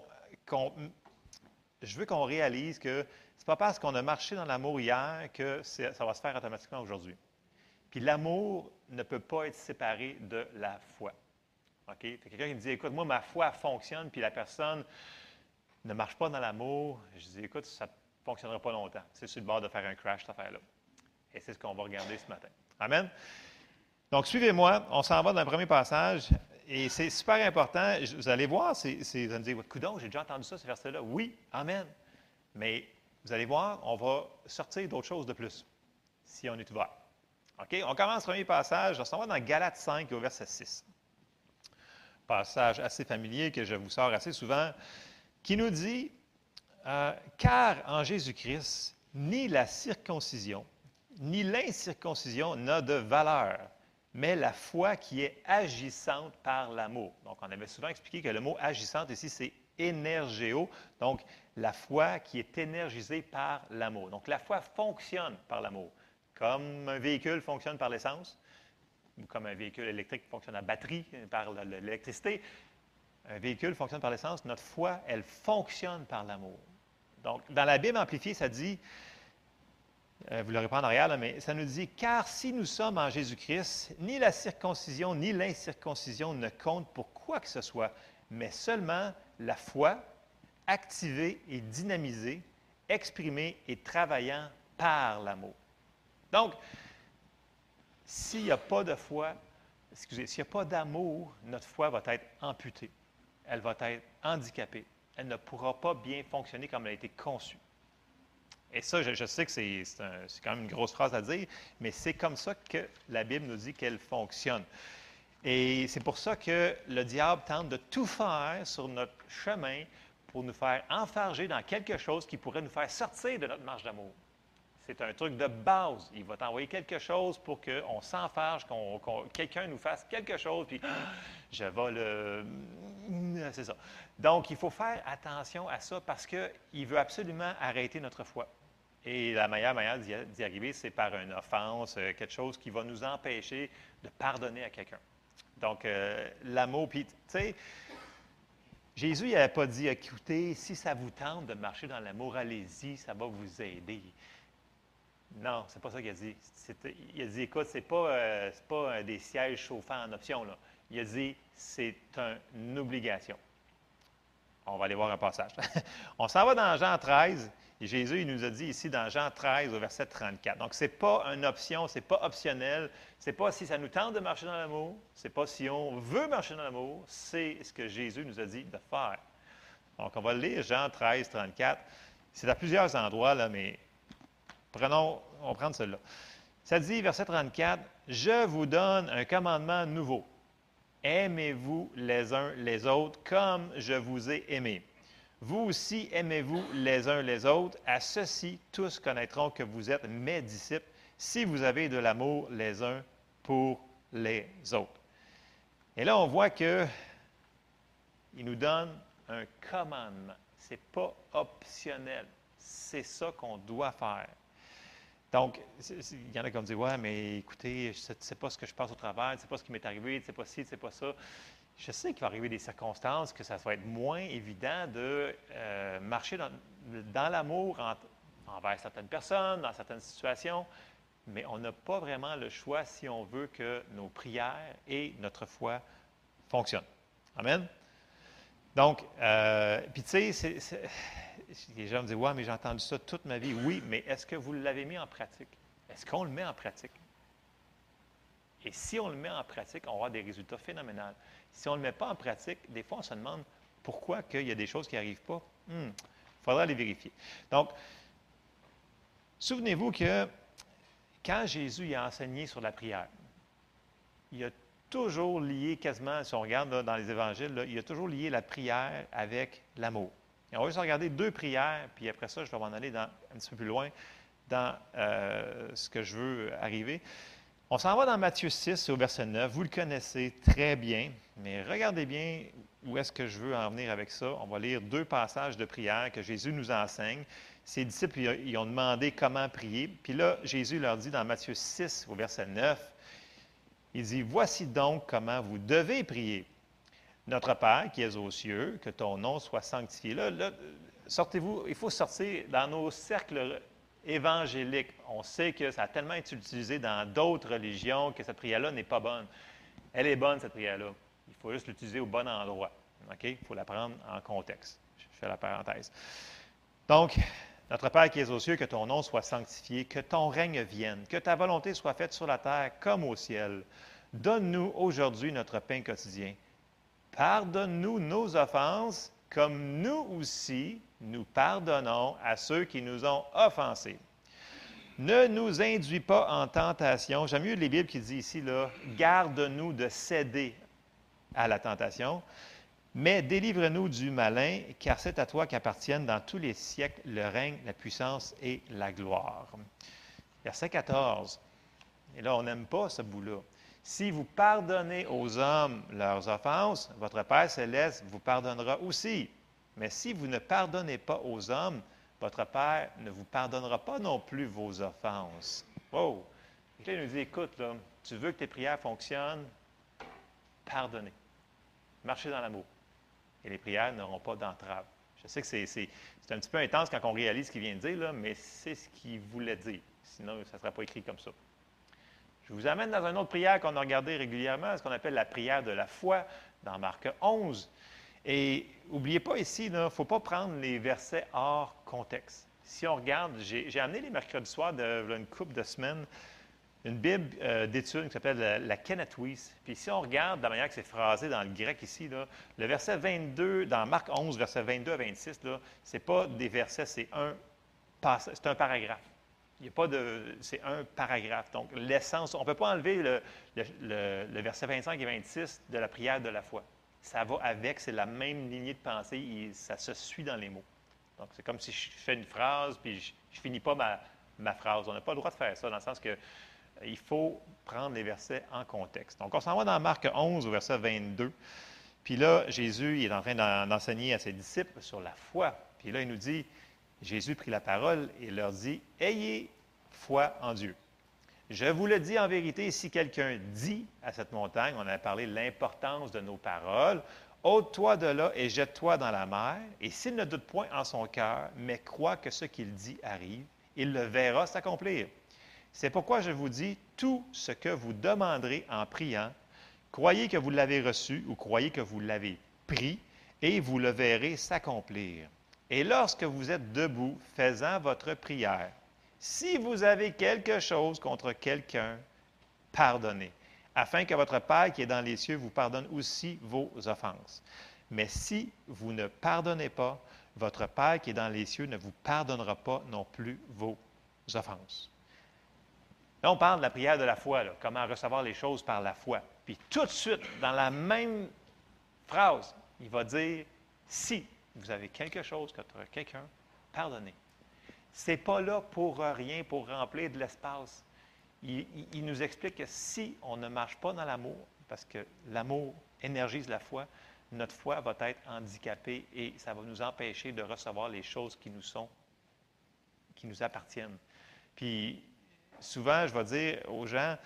C: réalise que ce n'est pas parce qu'on a marché dans l'amour hier que ça va se faire automatiquement aujourd'hui. Puis l'amour ne peut pas être séparé de la foi. OK? Quelqu'un qui me dit, écoute, moi, ma foi fonctionne, puis la personne ne marche pas dans l'amour. Je dis, écoute, ça ne fonctionnera pas longtemps. C'est sur le bord de faire un crash, cette affaire-là. Et c'est ce qu'on va regarder ce matin. Amen? Donc, suivez-moi. On s'en va dans le premier passage. Et c'est super important. Vous allez voir, vous allez me dire, coudonc, j'ai déjà entendu ça, ce verset-là. Oui, amen. Mais vous allez voir, on va sortir d'autres choses de plus, si on est ouvert. OK? On commence le premier passage. On s'en va dans Galates 5, au verset 6. Passage assez familier que je vous sors assez souvent, qui nous dit car en Jésus-Christ, ni la circoncision, ni l'incirconcision n'a de valeur, mais la foi qui est agissante par l'amour. Donc, on avait souvent expliqué que le mot agissante ici, c'est énergéo, donc la foi qui est énergisée par l'amour. Donc, la foi fonctionne par l'amour, comme un véhicule fonctionne par l'essence, ou comme un véhicule électrique fonctionne à batterie, par l'électricité. Un véhicule fonctionne par l'essence. Notre foi, elle fonctionne par l'amour. Donc, dans la Bible amplifiée, ça dit, vous l'aurez pas en arrière, là, mais ça nous dit, car si nous sommes en Jésus-Christ, ni la circoncision ni l'incirconcision ne comptent pour quoi que ce soit, mais seulement la foi, activée et dynamisée, exprimée et travaillant par l'amour. Donc, s'il n'y a pas de foi, s'il n'y a pas d'amour, notre foi va être amputée. Elle va être handicapée. Elle ne pourra pas bien fonctionner comme elle a été conçue. Et ça, je sais que c'est quand même une grosse phrase à dire, mais c'est comme ça que la Bible nous dit qu'elle fonctionne. Et c'est pour ça que le diable tente de tout faire sur notre chemin pour nous faire enfarger dans quelque chose qui pourrait nous faire sortir de notre marche d'amour. C'est un truc de base. Il va t'envoyer quelque chose pour qu'on s'enfarge, quelqu'un nous fasse quelque chose, puis je vais le... C'est ça. Donc, il faut faire attention à ça parce qu'il veut absolument arrêter notre foi. Et la meilleure manière d'y arriver, c'est par une offense, quelque chose qui va nous empêcher de pardonner à quelqu'un. Donc, l'amour, puis, tu sais, Jésus n'avait pas dit, écoutez, si ça vous tente de marcher dans l'amour, allez-y, ça va vous aider. Non, c'est pas ça qu'il a dit. Il a dit, écoute, c'est pas des sièges chauffants en option, là. Il a dit, c'est une obligation. On va aller voir un passage. On s'en va dans Jean 13, et Jésus, il nous a dit ici dans Jean 13, au verset 34. Donc, ce n'est pas une option, ce n'est pas optionnel, ce n'est pas si ça nous tente de marcher dans l'amour, ce n'est pas si on veut marcher dans l'amour, c'est ce que Jésus nous a dit de faire. Donc, on va lire Jean 13, 34. C'est à plusieurs endroits, là, mais on va prendre celui-là. Ça dit, verset 34, « Je vous donne un commandement nouveau. Aimez-vous les uns les autres comme je vous ai aimés. Vous aussi aimez-vous les uns les autres. À ceci, tous connaîtront que vous êtes mes disciples, si vous avez de l'amour les uns pour les autres. » Et là, on voit qu'il nous donne un commandement. Ce n'est pas optionnel. C'est ça qu'on doit faire. Donc, il y en a qui vont me dire, ouais, mais écoutez, tu ne sais pas ce que je passe au travers, tu ne sais pas ce qui m'est arrivé, tu ne sais pas ci, tu ne sais pas ça. Je sais qu'il va arriver des circonstances que ça va être moins évident de marcher dans l'amour envers certaines personnes, dans certaines situations, mais on n'a pas vraiment le choix si on veut que nos prières et notre foi fonctionnent. Amen? Donc, puis tu sais, les gens me disent, ouais, mais j'ai entendu ça toute ma vie. Oui, mais est-ce que vous l'avez mis en pratique? Est-ce qu'on le met en pratique? Et si on le met en pratique, on aura des résultats phénoménaux. Si on ne le met pas en pratique, des fois, on se demande pourquoi il y a des choses qui n'arrivent pas. Il faudra les vérifier. Donc, souvenez-vous que quand Jésus a enseigné sur la prière, il a toujours lié quasiment, si on regarde là, dans les évangiles, là, il a toujours lié la prière avec l'amour. Et on va juste regarder 2 prières, puis après ça, je vais m'en aller un petit peu plus loin dans ce que je veux arriver. On s'en va dans Matthieu 6, au verset 9. Vous le connaissez très bien, mais regardez bien où est-ce que je veux en venir avec ça. On va lire 2 passages de prière que Jésus nous enseigne. Ses disciples, ils ont demandé comment prier. Puis là, Jésus leur dit dans Matthieu 6, au verset 9, il dit, « Voici donc comment vous devez prier. Notre Père qui es aux cieux, que ton nom soit sanctifié. » Là, sortez-vous, il faut sortir dans nos cercles évangéliques. On sait que ça a tellement été utilisé dans d'autres religions que cette prière-là n'est pas bonne. Elle est bonne, cette prière-là. Il faut juste l'utiliser au bon endroit. OK? Il faut la prendre en contexte. Je fais la parenthèse. Donc, notre Père qui es aux cieux, que ton nom soit sanctifié, que ton règne vienne, que ta volonté soit faite sur la terre comme au ciel. Donne-nous aujourd'hui notre pain quotidien. Pardonne-nous nos offenses, comme nous aussi, nous pardonnons à ceux qui nous ont offensés. Ne nous induis pas en tentation. J'aime mieux les Bibles qui disent ici, là, garde-nous de céder à la tentation, mais délivre-nous du malin, car c'est à toi qu'appartiennent dans tous les siècles le règne, la puissance et la gloire. Verset 14. Et là, on n'aime pas ce bout-là. Si vous pardonnez aux hommes leurs offenses, votre Père céleste vous pardonnera aussi. Mais si vous ne pardonnez pas aux hommes, votre Père ne vous pardonnera pas non plus vos offenses. Wow! Et là, il nous dit, écoute, là, tu veux que tes prières fonctionnent? Pardonnez. Marchez dans l'amour. Et les prières n'auront pas d'entrave. Je sais que c'est un petit peu intense quand on réalise ce qu'il vient de dire, là, mais c'est ce qu'il voulait dire. Sinon, ça ne serait pas écrit comme ça. Je vous amène dans une autre prière qu'on a regardée régulièrement, ce qu'on appelle la prière de la foi, dans Marc 11. Et n'oubliez pas ici, il ne faut pas prendre les versets hors contexte. Si on regarde, j'ai amené les mercredis soirs une couple de semaines, une Bible d'études qui s'appelle la Kenneth Wuest. Puis si on regarde de la manière que c'est phrasé dans le grec ici, là, le verset 22, dans Marc 11, versets 22 à 26, ce n'est pas des versets, c'est un paragraphe. Il n'y a pas de. C'est un paragraphe. Donc, l'essence, on ne peut pas enlever le verset 25 et 26 de la prière de la foi. Ça va avec, c'est la même lignée de pensée, et ça se suit dans les mots. Donc, c'est comme si je fais une phrase, puis je ne finis pas ma phrase. On n'a pas le droit de faire ça, dans le sens que il faut prendre les versets en contexte. Donc, on s'en va dans Marc 11, au verset 22. Puis là, Jésus, il est en train d'enseigner à ses disciples sur la foi. Puis là, il nous dit, Jésus prit la parole et leur dit, « Ayez foi en Dieu. Je vous le dis en vérité, si quelqu'un dit à cette montagne, on a parlé de l'importance de nos paroles, ôte-toi de là et jette-toi dans la mer, et s'il ne doute point en son cœur, mais croit que ce qu'il dit arrive, il le verra s'accomplir. C'est pourquoi je vous dis, tout ce que vous demanderez en priant, croyez que vous l'avez reçu ou croyez que vous l'avez pris, et vous le verrez s'accomplir. Et lorsque vous êtes debout, faisant votre prière, si vous avez quelque chose contre quelqu'un, pardonnez, afin que votre Père qui est dans les cieux vous pardonne aussi vos offenses. Mais si vous ne pardonnez pas, votre Père qui est dans les cieux ne vous pardonnera pas non plus vos offenses. Là, on parle de la prière de la foi, là, comment recevoir les choses par la foi. Puis tout de suite, dans la même phrase, il va dire, si vous avez quelque chose contre quelqu'un, pardonnez. Ce n'est pas là pour rien, pour remplir de l'espace. Il nous explique que si on ne marche pas dans l'amour, parce que l'amour énergise la foi, notre foi va être handicapée et ça va nous empêcher de recevoir les choses qui nous appartiennent. Puis, souvent, je vais dire aux gens,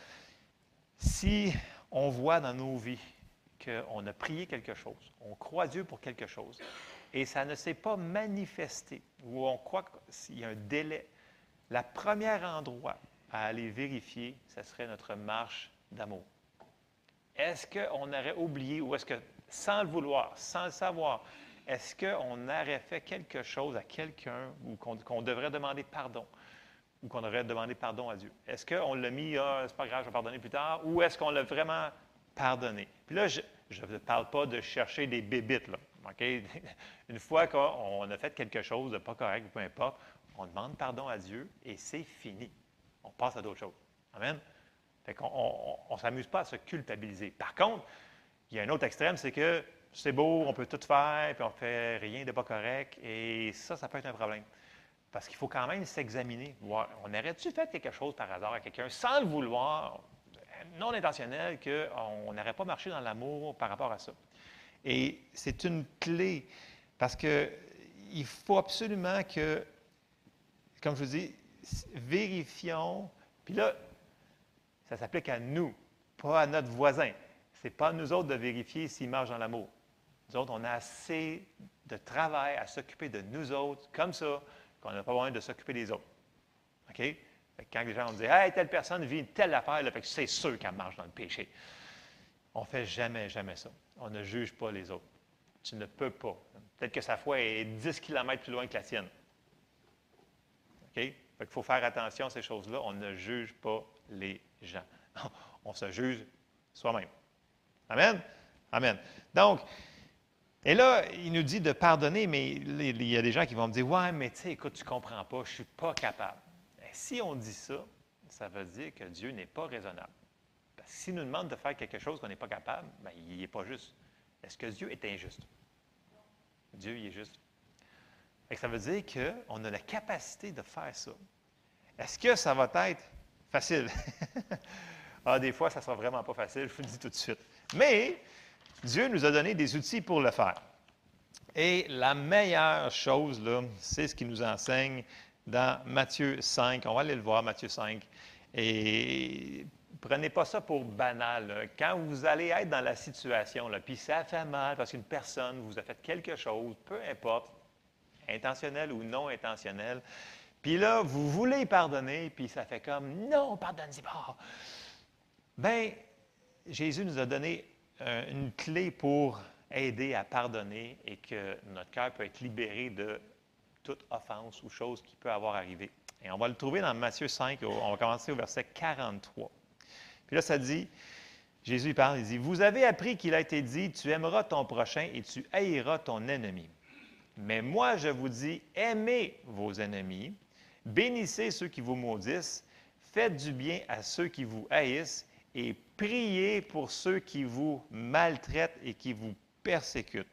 C: si on voit dans nos vies qu'on a prié quelque chose, on croit Dieu pour quelque chose, et ça ne s'est pas manifesté, ou on croit qu'il y a un délai, le premier endroit à aller vérifier, ce serait notre marche d'amour. Est-ce qu'on aurait oublié, ou est-ce que, sans le vouloir, sans le savoir, est-ce qu'on aurait fait quelque chose à quelqu'un ou qu'on devrait demander pardon? Ou qu'on devrait demander pardon à Dieu? Est-ce qu'on l'a mis, c'est pas grave, je vais pardonner plus tard, ou est-ce qu'on l'a vraiment pardonné? Puis là, je ne parle pas de chercher des bébites, là. OK? Une fois qu'on a fait quelque chose de pas correct, peu importe, on demande pardon à Dieu et c'est fini. On passe à d'autres choses. Amen? Fait qu'on ne s'amuse pas à se culpabiliser. Par contre, il y a un autre extrême, c'est que c'est beau, on peut tout faire, puis on ne fait rien de pas correct, et ça peut être un problème. Parce qu'il faut quand même s'examiner, voir, on aurait-tu fait quelque chose par hasard à quelqu'un, sans le vouloir, non intentionnel, qu'on n'aurait pas marché dans l'amour par rapport à ça. Et c'est une clé, parce qu'il faut absolument que, comme je vous dis, vérifions, puis là, ça s'applique à nous, pas à notre voisin. Ce n'est pas à nous autres de vérifier s'il marche dans l'amour. Nous autres, on a assez de travail à s'occuper de nous autres, comme ça, qu'on n'a pas besoin de s'occuper des autres. OK? Fait que quand les gens vont dire « Hey, telle personne vit une telle affaire, là, fait que c'est sûr qu'elle marche dans le péché. » On ne fait jamais, jamais ça. On ne juge pas les autres. Tu ne peux pas. Peut-être que sa foi est 10 km plus loin que la tienne. OK? Fait qu'il faut faire attention à ces choses-là. On ne juge pas les gens. On se juge soi-même. Amen? Amen. Donc, et là, il nous dit de pardonner, mais il y a des gens qui vont me dire « Ouais, mais tu sais, écoute, tu ne comprends pas, je ne suis pas capable. » Si on dit ça, ça veut dire que Dieu n'est pas raisonnable. Parce que s'il nous demande de faire quelque chose qu'on n'est pas capable, bien, il n'est pas juste. Est-ce que Dieu est injuste? Dieu, il est juste. Et ça veut dire qu'on a la capacité de faire ça. Est-ce que ça va être facile? Des fois, ça ne sera vraiment pas facile, je vous le dis tout de suite. Mais Dieu nous a donné des outils pour le faire. Et la meilleure chose, là, c'est ce qu'il nous enseigne dans Matthieu 5. On va aller le voir, Matthieu 5. Et prenez pas ça pour banal. Là. Quand vous allez être dans la situation, là, puis ça fait mal parce qu'une personne vous a fait quelque chose, peu importe, intentionnel ou non intentionnel, puis là, vous voulez pardonner, puis ça fait comme « Non, pardonne-y pas! » Bien, Jésus nous a donné une clé pour aider à pardonner et que notre cœur peut être libéré de toute offense ou chose qui peut avoir arrivé. Et on va le trouver dans Matthieu 5, on va commencer au verset 43. Puis là, ça dit, Jésus parle, il dit, « Vous avez appris qu'il a été dit, tu aimeras ton prochain et tu haïras ton ennemi. Mais moi, je vous dis, aimez vos ennemis, bénissez ceux qui vous maudissent, faites du bien à ceux qui vous haïssent et priez pour ceux qui vous maltraitent et qui vous persécutent. »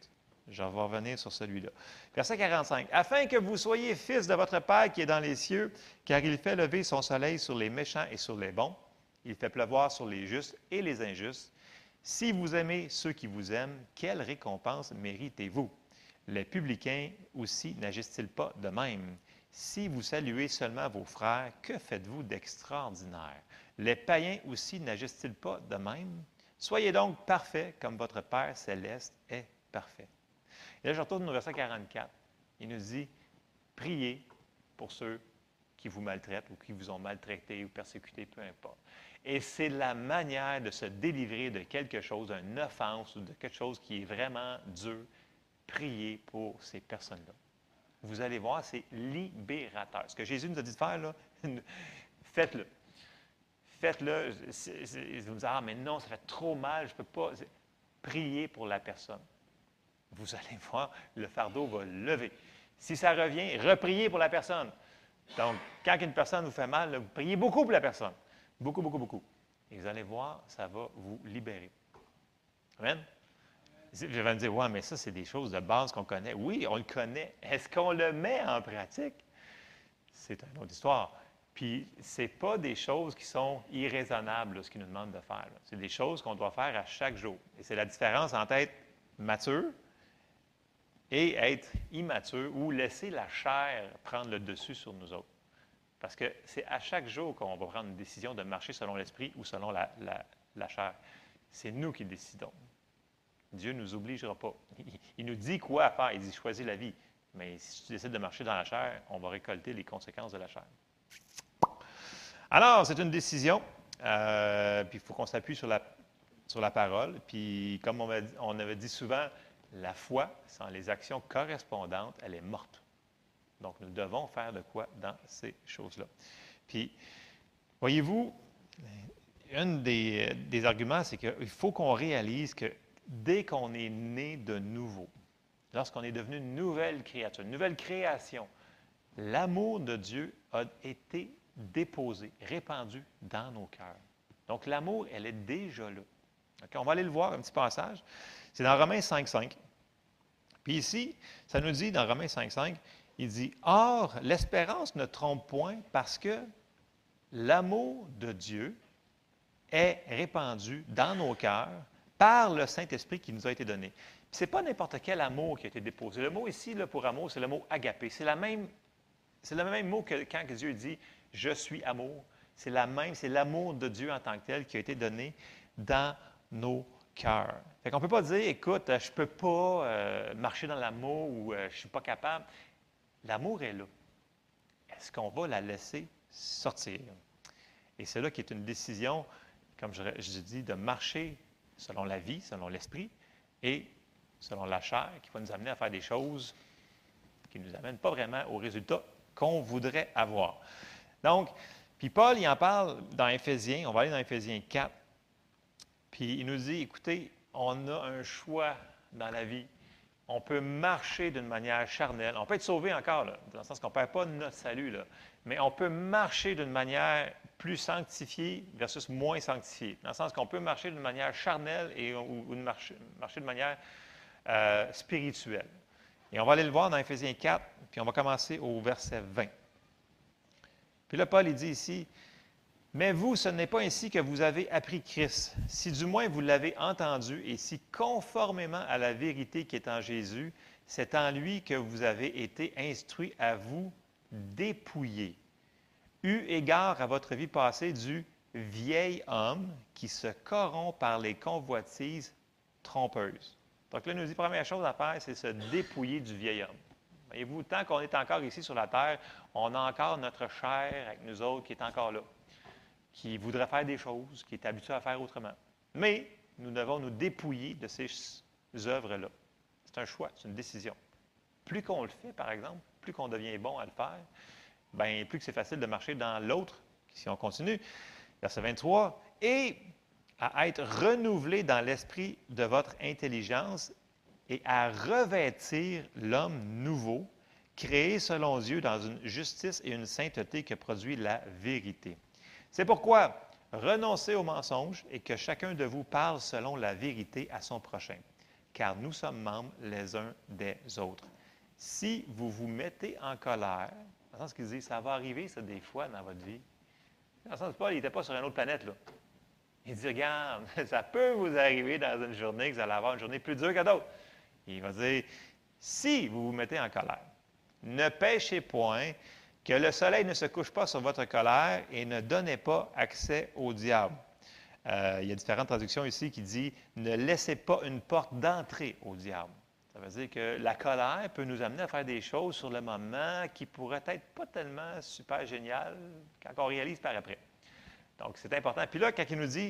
C: Je vais revenir sur celui-là. Verset 45. « Afin que vous soyez fils de votre Père qui est dans les cieux, car il fait lever son soleil sur les méchants et sur les bons. Il fait pleuvoir sur les justes et les injustes. Si vous aimez ceux qui vous aiment, quelle récompense méritez-vous? Les publicains aussi n'agissent-ils pas de même? Si vous saluez seulement vos frères, que faites-vous d'extraordinaire? Les païens aussi n'agissent-ils pas de même? Soyez donc parfaits comme votre Père céleste est parfait. » Et là, je retourne au verset 44. Il nous dit, « Priez pour ceux qui vous maltraitent ou qui vous ont maltraité ou persécuté, peu importe. » Et c'est la manière de se délivrer de quelque chose, d'une offense ou de quelque chose qui est vraiment dur. Priez pour ces personnes-là. Vous allez voir, c'est libérateur. Ce que Jésus nous a dit de faire, là, faites-le. Faites-le. Vous me dites, « Ah, mais non, ça fait trop mal, je ne peux pas. » Priez pour la personne. Vous allez voir, le fardeau va lever. Si ça revient, repriez pour la personne. Donc, quand une personne vous fait mal, vous priez beaucoup pour la personne. Beaucoup, beaucoup, beaucoup. Et vous allez voir, ça va vous libérer. Amen? Je vais me dire, ouais, mais ça, c'est des choses de base qu'on connaît. Oui, on le connaît. Est-ce qu'on le met en pratique? C'est une autre histoire. Puis, ce n'est pas des choses qui sont irraisonnables, là, ce qu'ils nous demandent de faire. C'est des choses qu'on doit faire à chaque jour. Et c'est la différence entre être mature et être immature ou laisser la chair prendre le dessus sur nous autres. Parce que c'est à chaque jour qu'on va prendre une décision de marcher selon l'esprit ou selon la chair. C'est nous qui décidons. Dieu ne nous obligera pas. Il nous dit quoi faire. Il dit choisis la vie. Mais si tu décides de marcher dans la chair, on va récolter les conséquences de la chair. Alors, c'est une décision. Puis il faut qu'on s'appuie sur la parole. Puis comme on avait dit souvent, la foi, sans les actions correspondantes, elle est morte. Donc, nous devons faire de quoi dans ces choses-là. Puis, voyez-vous, un des arguments, c'est qu'il faut qu'on réalise que dès qu'on est né de nouveau, lorsqu'on est devenu une nouvelle créature, une nouvelle création, l'amour de Dieu a été déposé, répandu dans nos cœurs. Donc, l'amour, elle est déjà là. Okay, on va aller le voir, un petit passage. C'est dans Romains 5,5. Puis ici, ça nous dit, dans Romains 5,5, il dit, « Or, l'espérance ne trompe point parce que l'amour de Dieu est répandu dans nos cœurs par le Saint-Esprit qui nous a été donné. » Ce n'est pas n'importe quel amour qui a été déposé. Le mot ici, là, pour amour, c'est le mot « agapé ». C'est le même mot que quand Dieu dit « je suis amour ». C'est l'amour de Dieu en tant que tel qui a été donné dans nos cœurs. Fait qu'on ne peut pas dire « écoute, je ne peux pas marcher dans l'amour » ou « je ne suis pas capable ». L'amour est là. Est-ce qu'on va la laisser sortir? Et c'est là qui est une décision, comme je dis, de marcher selon la vie, selon l'esprit et selon la chair, qui va nous amener à faire des choses qui ne nous amènent pas vraiment au résultat qu'on voudrait avoir. Donc, puis Paul, il en parle dans Éphésiens, on va aller dans Éphésiens 4, puis il nous dit, écoutez, on a un choix dans la vie. On peut marcher d'une manière charnelle. On peut être sauvé encore, là, dans le sens qu'on ne perd pas notre salut, là, mais on peut marcher d'une manière plus sanctifiée versus moins sanctifiée. Dans le sens qu'on peut marcher d'une manière charnelle ou marcher de manière spirituelle. Et on va aller le voir dans Éphésiens 4, puis on va commencer au verset 20. Puis là, Paul, il dit ici, « Mais vous, ce n'est pas ainsi que vous avez appris Christ, si du moins vous l'avez entendu, et si conformément à la vérité qui est en Jésus, c'est en lui que vous avez été instruits à vous dépouiller, eu égard à votre vie passée du vieil homme qui se corrompt par les convoitises trompeuses. » Donc là, il nous dit, première chose à faire, c'est se dépouiller du vieil homme. Voyez-vous, tant qu'on est encore ici sur la terre, on a encore notre chair avec nous autres qui est encore là, qui voudrait faire des choses, qui est habitué à faire autrement. Mais nous devons nous dépouiller de ces œuvres-là. C'est un choix, c'est une décision. Plus qu'on le fait, par exemple, plus qu'on devient bon à le faire, bien, plus que c'est facile de marcher dans l'autre, si on continue. Verset 23, « Et à être renouvelé dans l'esprit de votre intelligence et à revêtir l'homme nouveau, créé selon Dieu dans une justice et une sainteté que produit la vérité. C'est pourquoi renoncez aux mensonges et que chacun de vous parle selon la vérité à son prochain, car nous sommes membres les uns des autres. Si vous vous mettez en colère, dans le sens qu'il dit, ça va arriver, ça, des fois, dans votre vie. Dans le sens que Paul, il n'était pas sur une autre planète, là. Il dit, regarde, ça peut vous arriver dans une journée que vous allez avoir une journée plus dure que d'autres. Il va dire, si vous vous mettez en colère, ne péchez point, que le soleil ne se couche pas sur votre colère et ne donnez pas accès au diable. Il y a différentes traductions ici qui disent, ne laissez pas une porte d'entrée au diable. Ça veut dire que la colère peut nous amener à faire des choses sur le moment qui pourraient être pas tellement super géniales quand on réalise par après. Donc, c'est important. Puis là, quand il nous dit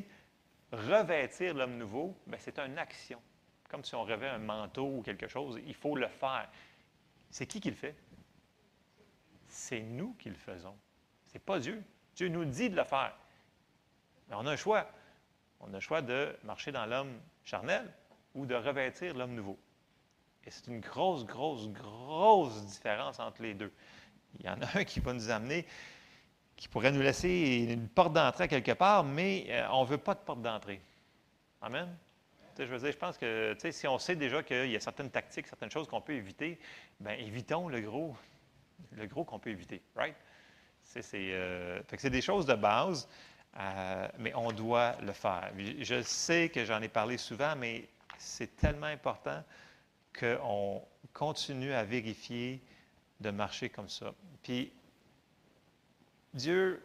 C: revêtir l'homme nouveau, bien, c'est une action. Comme si on revêt un manteau ou quelque chose, il faut le faire. C'est qui le fait? C'est nous qui le faisons. Ce n'est pas Dieu. Dieu nous dit de le faire. Mais on a un choix. On a le choix de marcher dans l'homme charnel ou de revêtir l'homme nouveau. Et c'est une grosse différence entre les deux. Il y en a un qui va nous amener, qui pourrait nous laisser une porte d'entrée quelque part, mais on ne veut pas de porte d'entrée. Amen? Je veux dire, je pense que si on sait déjà qu'il y a certaines tactiques, certaines choses qu'on peut éviter, bien, évitons le gros qu'on peut éviter, right? C'est des choses de base, mais on doit le faire. Je sais que j'en ai parlé souvent, mais c'est tellement important qu'on continue à vérifier de marcher comme ça. Puis, Dieu,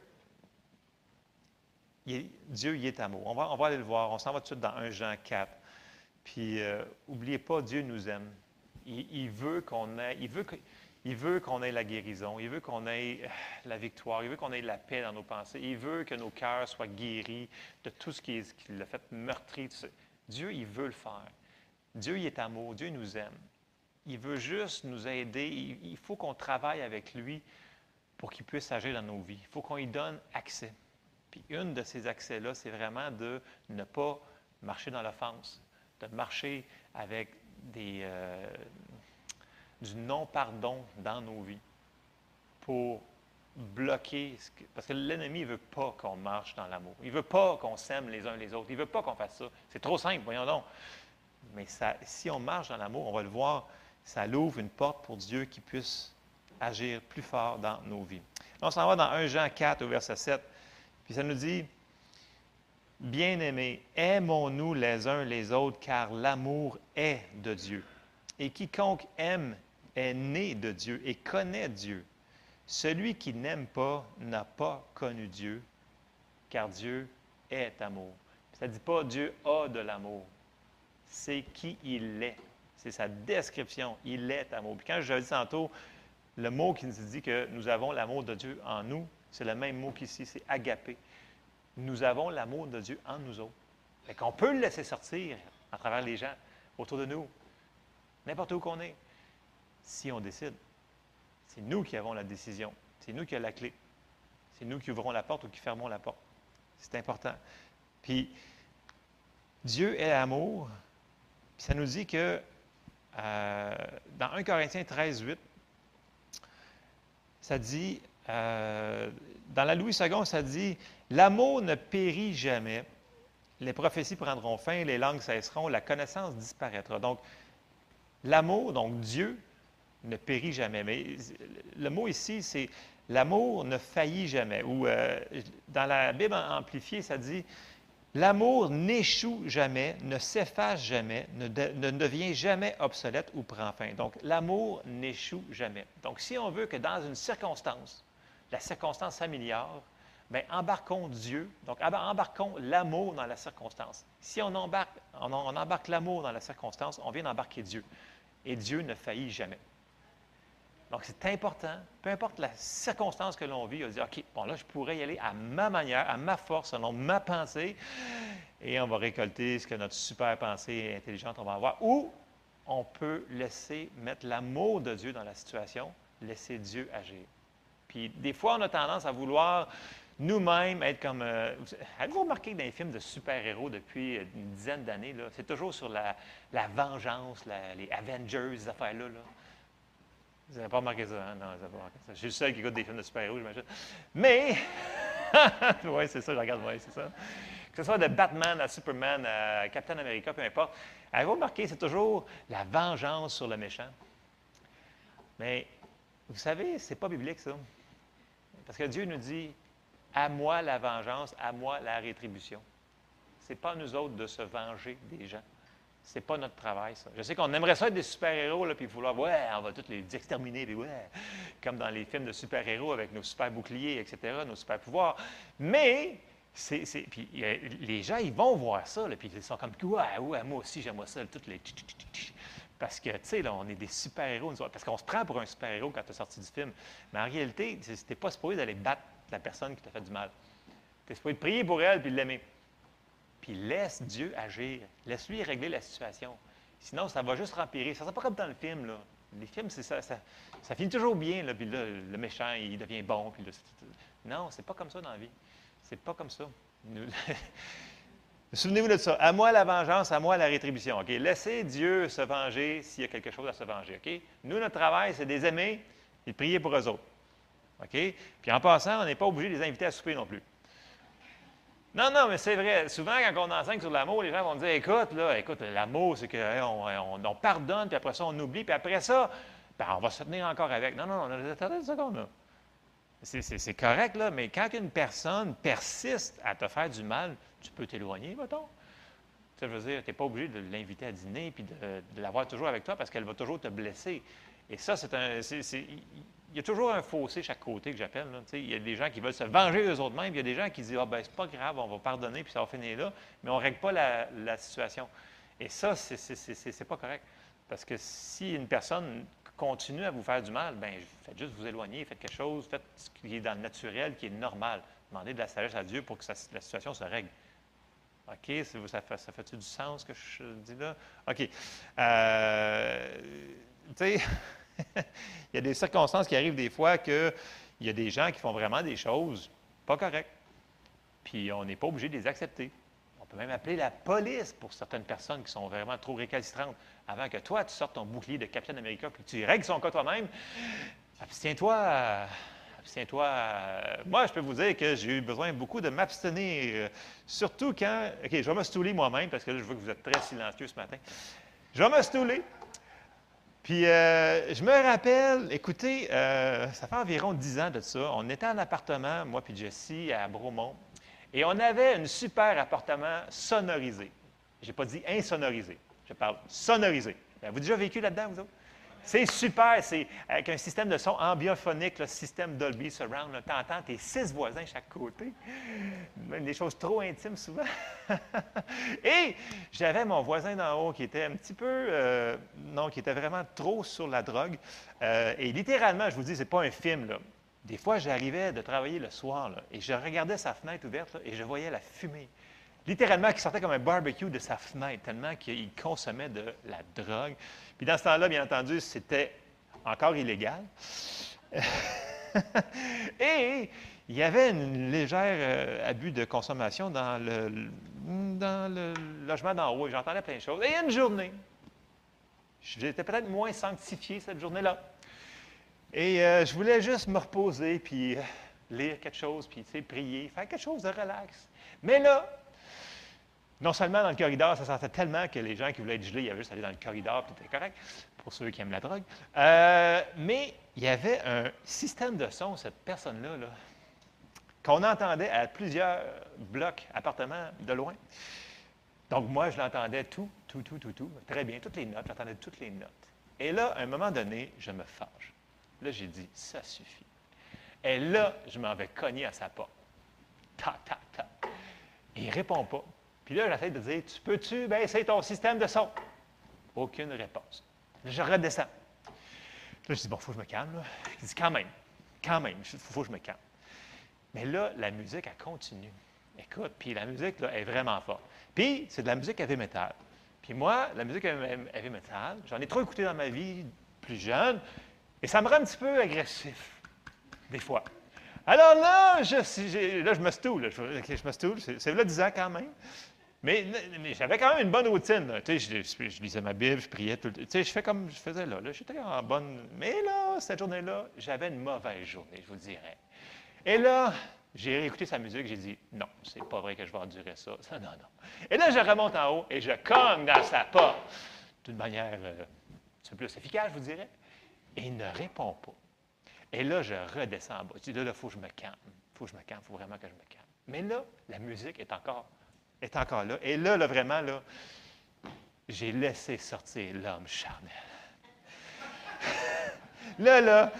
C: Dieu, il est amour. On va aller le voir. On s'en va tout de suite dans 1 Jean 4. Puis, n'oubliez pas, Dieu nous aime. Il veut qu'on ait, il veut qu'on ait la guérison. Il veut qu'on ait la victoire. Il veut qu'on ait la paix dans nos pensées. Il veut que nos cœurs soient guéris de tout ce qui l'a fait meurtrir. Dieu, il veut le faire. Dieu, il est amour. Dieu nous aime. Il veut juste nous aider. Il faut qu'on travaille avec lui pour qu'il puisse agir dans nos vies. Il faut qu'on lui donne accès. Puis une de ces accès-là, c'est vraiment de ne pas marcher dans l'offense, de marcher avec du non-pardon dans nos vies pour bloquer, parce que l'ennemi ne veut pas qu'on marche dans l'amour. Il ne veut pas qu'on s'aime les uns les autres. Il ne veut pas qu'on fasse ça. C'est trop simple, voyons donc. Mais si on marche dans l'amour, on va le voir, ça l'ouvre une porte pour Dieu qui puisse agir plus fort dans nos vies. Là, on s'en va dans 1 Jean 4 au verset 7. Puis ça nous dit, « Bien-aimés, aimons-nous les uns les autres, car l'amour est de Dieu. Et quiconque aime est né de Dieu et connaît Dieu. Celui qui n'aime pas n'a pas connu Dieu, car Dieu est amour. » Ça ne dit pas « Dieu a de l'amour ». C'est qui il est. C'est sa description. Il est amour. Puis quand je dis tantôt, le mot qui nous dit que nous avons l'amour de Dieu en nous, c'est le même mot qu'ici, c'est agapé. Nous avons l'amour de Dieu en nous autres. Fait qu'on peut le laisser sortir à travers les gens autour de nous, n'importe où qu'on est, si on décide. C'est nous qui avons la décision. C'est nous qui avons la clé. C'est nous qui ouvrons la porte ou qui fermons la porte. C'est important. Puis, Dieu est amour. Puis ça nous dit que dans 1 Corinthiens 13, 8, ça dit, dans la Louis II, ça dit « L'amour ne périt jamais, les prophéties prendront fin, les langues cesseront, la connaissance disparaîtra. » Donc, l'amour, donc Dieu, ne périt jamais. Mais le mot ici, c'est « l'amour ne faillit jamais ». Ou dans la Bible amplifiée, ça dit « L'amour n'échoue jamais, ne s'efface jamais, ne devient jamais obsolète ou prend fin. » Donc, l'amour n'échoue jamais. Donc, si on veut que dans une circonstance, la circonstance s'améliore, bien, embarquons Dieu, donc embarquons l'amour dans la circonstance. Si on embarque l'amour dans la circonstance, on vient d'embarquer Dieu. Et Dieu ne faillit jamais. Donc, c'est important, peu importe la circonstance que l'on vit, on va dire, OK, bon là, je pourrais y aller à ma manière, à ma force, selon ma pensée, et on va récolter ce que notre super pensée intelligente on va avoir. Ou on peut laisser mettre l'amour de Dieu dans la situation, laisser Dieu agir. Puis, des fois, on a tendance à vouloir nous-mêmes être comme... avez-vous remarqué que dans les films de super-héros depuis une dizaine d'années, c'est toujours sur la vengeance, les Avengers, ces affaires-là, là. Vous n'avez pas remarqué ça, hein? Non, vous n'avez pas remarqué ça. Je suis le seul qui écoute des films de super-héros, j'imagine. Mais, oui, c'est ça, je regarde, oui, c'est ça. Que ce soit de Batman à Superman, à Captain America, peu importe. Avez-vous remarqué, c'est toujours la vengeance sur le méchant. Mais, vous savez, c'est pas biblique, ça. Parce que Dieu nous dit, à moi la vengeance, à moi la rétribution. Ce n'est pas à nous autres de se venger des gens. Ce n'est pas notre travail, ça. Je sais qu'on aimerait ça être des super-héros, puis vouloir, ouais, on va tous les exterminer, puis ouais, comme dans les films de super-héros avec nos super-boucliers, etc., nos super-pouvoirs. Mais, puis les gens, ils vont voir ça, puis ils sont comme, ouais, moi aussi, j'aimerais ça, toutes les... Parce que, tu sais, là, on est des super-héros, parce qu'on se prend pour un super-héros quand tu es sorti du film. Mais en réalité, tu n'es pas supposé d'aller battre la personne qui t'a fait du mal. Tu es supposé prier pour elle puis l'aimer. Puis laisse Dieu agir. Laisse-lui régler la situation. Sinon, ça va juste empirer. Ça ne sera pas comme dans le film, là. Les films, c'est ça finit toujours bien, là, puis là, le méchant, il devient bon. Puis là, non, c'est pas comme ça dans la vie. C'est pas comme ça. Souvenez-vous de ça. À moi la vengeance, à moi la rétribution. OK? Laissez Dieu se venger s'il y a quelque chose à se venger. OK? Nous, notre travail, c'est de les aimer et de prier pour eux autres. OK? Puis en passant, on n'est pas obligé de les inviter à souper non plus. Non, mais c'est vrai. Souvent, quand on enseigne sur l'amour, les gens vont dire, écoute, l'amour, c'est qu'on pardonne, puis après ça, on oublie, puis après ça, ben, on va se tenir encore avec. Non, attendez une seconde, là. C'est correct, là, mais quand une personne persiste à te faire du mal, tu peux t'éloigner, mettons. Ça veut dire, tu n'es pas obligé de l'inviter à dîner puis de l'avoir toujours avec toi parce qu'elle va toujours te blesser. Et ça, il y a toujours un fossé chaque côté que j'appelle. Là. Il y a des gens qui veulent se venger eux autres mêmes. Il y a des gens qui disent, ah ben c'est pas grave, on va pardonner puis ça va finir là. Mais on ne règle pas la situation. Et ça, c'est pas correct. Parce que si une personne continue à vous faire du mal, bien, faites juste vous éloigner, faites quelque chose, faites ce qui est dans le naturel, qui est normal. Demandez de la sagesse à Dieu pour que la situation se règle. OK? Ça fait-tu du sens ce que je dis là? OK. Tu sais, il y a des circonstances qui arrivent des fois qu'il y a des gens qui font vraiment des choses pas correctes. Puis on n'est pas obligé de les accepter. On peut même appeler la police pour certaines personnes qui sont vraiment trop récalcitrantes. Avant que toi, tu sortes ton bouclier de Capitaine America et que tu règles son cas toi-même, abstiens-toi. Moi, je peux vous dire que j'ai eu besoin beaucoup de m'abstenir, surtout quand... OK, je vais me stouler moi-même, parce que là, je vois que vous êtes très silencieux ce matin. Je vais me stouler. Puis, je me rappelle, écoutez, ça fait environ 10 ans de ça. On était en appartement, moi puis Jessie, à Bromont, et on avait un super appartement sonorisé. Je n'ai pas dit insonorisé, je parle sonorisé. Avez-vous déjà vécu là-dedans, vous autres? C'est super, c'est avec un système de son ambiophonique, le système Dolby Surround. Tu entends tes 6 voisins chaque côté. Même des choses trop intimes souvent. Et j'avais mon voisin d'en haut qui était un petit peu, qui était vraiment trop sur la drogue. Et littéralement, je vous dis, c'est pas un film, là. Des fois, j'arrivais de travailler le soir, là, et je regardais sa fenêtre ouverte, là, et je voyais la fumée. Littéralement, qui sortait comme un barbecue de sa fenêtre, tellement qu'il consommait de la drogue. Puis dans ce temps-là, bien entendu, c'était encore illégal. Et il y avait un léger abus de consommation dans le logement d'en haut. J'entendais plein de choses. Et une journée, j'étais peut-être moins sanctifié cette journée-là. Et je voulais juste me reposer, puis lire quelque chose, puis prier, faire quelque chose de relax. Mais là, non seulement dans le corridor, ça sentait tellement que les gens qui voulaient être gelés, ils avaient juste à aller dans le corridor, puis c'était correct, pour ceux qui aiment la drogue. Mais il y avait un système de son, cette personne-là, là, qu'on entendait à plusieurs blocs, appartements de loin. Donc moi, je l'entendais tout, très bien, toutes les notes, j'entendais toutes les notes. Et là, à un moment donné, je me fâche. Là, j'ai dit, ça suffit. Et là, je m'en vais cogner à sa porte. Tac, tac, tac. Et il ne répond pas. Puis là, j'essaie de dire, tu peux-tu baisser ton système de son? Aucune réponse. Là, je redescends. Là, je dis, bon, il faut que je me calme. Là. Il dit, quand même, il faut que je me calme. Mais là, la musique, elle continue. Écoute, puis la musique, là, est vraiment forte. Puis, c'est de la musique heavy metal. Puis moi, la musique heavy metal, j'en ai trop écouté dans ma vie plus jeune, et ça me rend un petit peu agressif, des fois. Alors là, je me stoule. Je me stoule, c'est là 10 ans quand même. Mais j'avais quand même une bonne routine. Tu sais, je lisais ma Bible, je priais tout le temps. Tu sais, je fais comme je faisais là. J'étais en bonne... Mais là, cette journée-là, j'avais une mauvaise journée, je vous dirais. Et là, j'ai réécouté sa musique, j'ai dit, non, c'est pas vrai que je vais endurer ça. Non. Et là, je remonte en haut et je cogne dans sa porte d'une manière un peu plus efficace, je vous dirais. Et il ne répond pas. Et là, je redescends en bas. Je dis, là, il faut que je me calme. Il faut vraiment que je me calme. Mais là, la musique est encore là. Et là, vraiment, là, j'ai laissé sortir l'homme charnel. Là,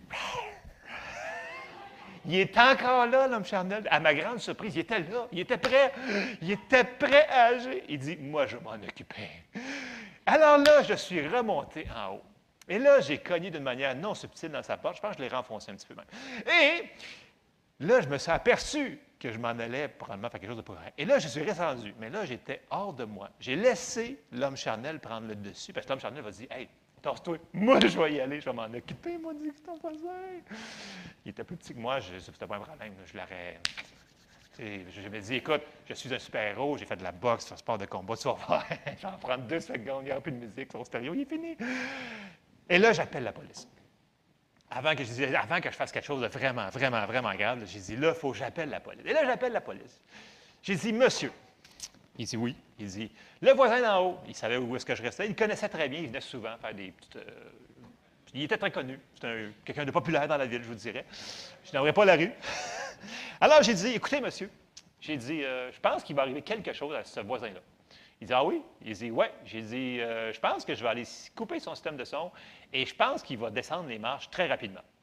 C: il est encore là, l'homme charnel. À ma grande surprise, il était là. Il était prêt. Il était prêt à agir. Il dit, moi, je vais m'en occuper. Alors là, je suis remonté en haut. Et là, j'ai cogné d'une manière non subtile dans sa porte. Je pense que je l'ai renfoncé un petit peu même. Et là, je me suis aperçu que je m'en allais probablement faire quelque chose de pas correct. Et là, je suis redescendu. Mais là, j'étais hors de moi. J'ai laissé l'homme charnel prendre le dessus, parce que l'homme charnel va dire, « Hey, tasse-toi, moi, je vais y aller, je vais m'en occuper, moi, dit que c'est ton voisin. » Il était plus petit que moi, c'était pas un problème. Je l'aurais... Je me dis, écoute, je suis un super-héros, j'ai fait de la boxe, un sport de combat, tu vas voir, je vais en prendre 2 secondes, il n'y aura plus de musique, son stéréo, il est fini. Et là, j'appelle la police. Avant que je fasse quelque chose de vraiment grave, j'ai dit, là, il faut que j'appelle la police. Et là, j'appelle la police. J'ai dit, monsieur. Il dit oui. Il dit, le voisin d'en haut, il savait où est-ce que je restais. Il me connaissait très bien. Il venait souvent faire des petites... il était très connu. C'était quelqu'un de populaire dans la ville, je vous dirais. Je n'aurais pas la rue. Alors, j'ai dit, écoutez, monsieur, j'ai dit, je pense qu'il va arriver quelque chose à ce voisin-là. Il dit, ah oui? Il dit, ouais. J'ai dit, je pense que je vais aller couper son système de son et je pense qu'il va descendre les marches très rapidement.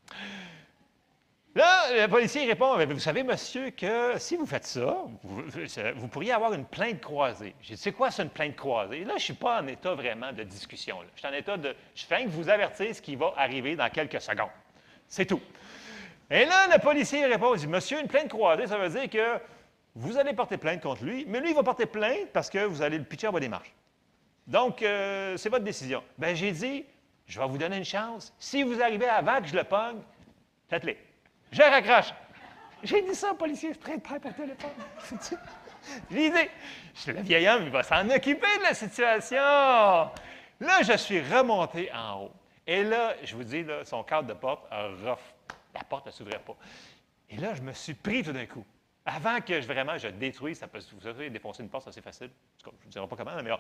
C: Là, le policier répond, vous savez, monsieur, que si vous faites ça, vous pourriez avoir une plainte croisée. J'ai dit, c'est quoi ça, une plainte croisée? Là, je ne suis pas en état vraiment de discussion. Là. Je suis en état de... Je fais que vous avertir ce qui va arriver dans quelques secondes. C'est tout. Et là, le policier répond, il dit, monsieur, une plainte croisée, ça veut dire que vous allez porter plainte contre lui, mais lui, il va porter plainte parce que vous allez le pitcher en bas des marches. Donc, c'est votre décision. Bien, j'ai dit, je vais vous donner une chance. Si vous arrivez avant que je le pogne, faites-le. Je raccroche. J'ai dit ça au policier, je traite pas par téléphone. Je lui ai dit, le vieil homme, il va s'en occuper de la situation. Là, je suis remonté en haut. Et là, je vous dis, là, son cadre de porte a la porte ne s'ouvrait pas. Et là, je me suis pris tout d'un coup. Avant que je détruise, vous savez, défoncer une porte, c'est assez facile. Je ne vous dirai pas comment, mais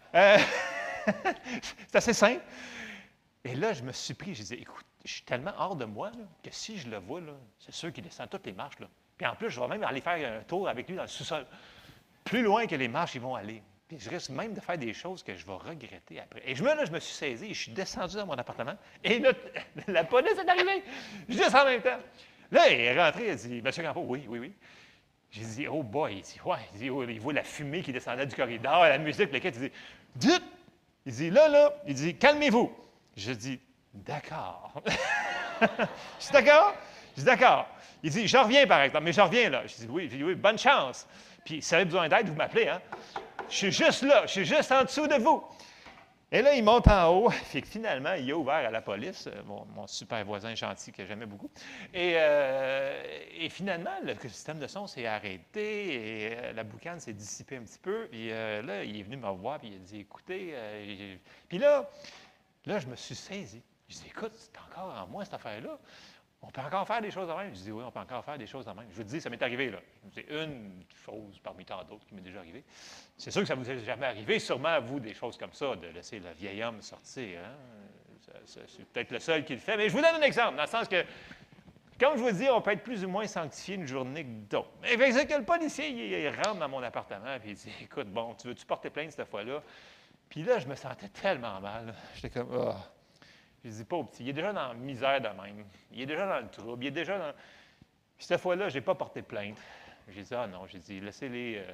C: c'est assez simple. Et là, je me suis pris, j'ai dit, écoute, je suis tellement hors de moi là, que si je le vois, là, c'est sûr qu'il descend toutes les marches. Là. Puis en plus, je vais même aller faire un tour avec lui dans le sous-sol. Plus loin que les marches, ils vont aller. Puis je risque même de faire des choses que je vais regretter après. Et je me suis saisi et je suis descendu dans mon appartement. Et là, la police est arrivée, juste en même temps. Là, il est rentré, il dit, monsieur Campo, oui, oui, oui. J'ai dit, oh boy, il dit, ouais, il voit la fumée qui descendait du corridor, la musique, lequel, il dit, dites! Il dit, là, il dit, calmez-vous. Je dis, d'accord. Je suis d'accord? Je dis, d'accord. Il dit, je reviens par exemple, mais je reviens là. Je dis, oui, bonne chance. Puis, si vous avez besoin d'aide, vous m'appelez, hein? Je suis juste là, je suis juste en dessous de vous. Et là, il monte en haut. Fait que finalement, il a ouvert à la police, mon super voisin gentil que j'aimais beaucoup. Et finalement, le système de son s'est arrêté et la boucane s'est dissipée un petit peu. Puis là, il est venu me revoir et il a dit, écoutez, puis là, je me suis saisi. Je dis, écoute, c'est encore en moi cette affaire-là. On peut encore faire des choses de même. Je dis, oui, on peut encore faire des choses de même. Je vous dis, ça m'est arrivé, là. C'est une chose parmi tant d'autres qui m'est déjà arrivée. C'est sûr que ça ne vous est jamais arrivé, sûrement à vous, des choses comme ça, de laisser le vieil homme sortir. Hein? C'est peut-être le seul qui le fait. Mais je vous donne un exemple, dans le sens que, comme je vous dis, on peut être plus ou moins sanctifié une journée que d'autres. Mais c'est que le policier, il rentre dans mon appartement et il dit, écoute, bon, tu veux-tu porter plainte cette fois-là? Puis là, je me sentais tellement mal. J'étais comme, oh. Je dis, pas au petit, il est déjà dans la misère de même. Il est déjà dans le trouble. Il est déjà dans. Puis cette fois-là, je n'ai pas porté plainte. J'ai dit, ah non, j'ai dit, laissez-les.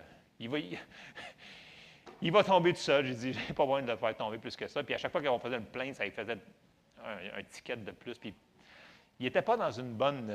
C: Il va tomber tout seul. J'ai dit, je n'ai pas besoin de le faire tomber plus que ça. Puis à chaque fois qu'on faisait une plainte, ça lui faisait un ticket de plus. Puis il n'était pas dans une bonne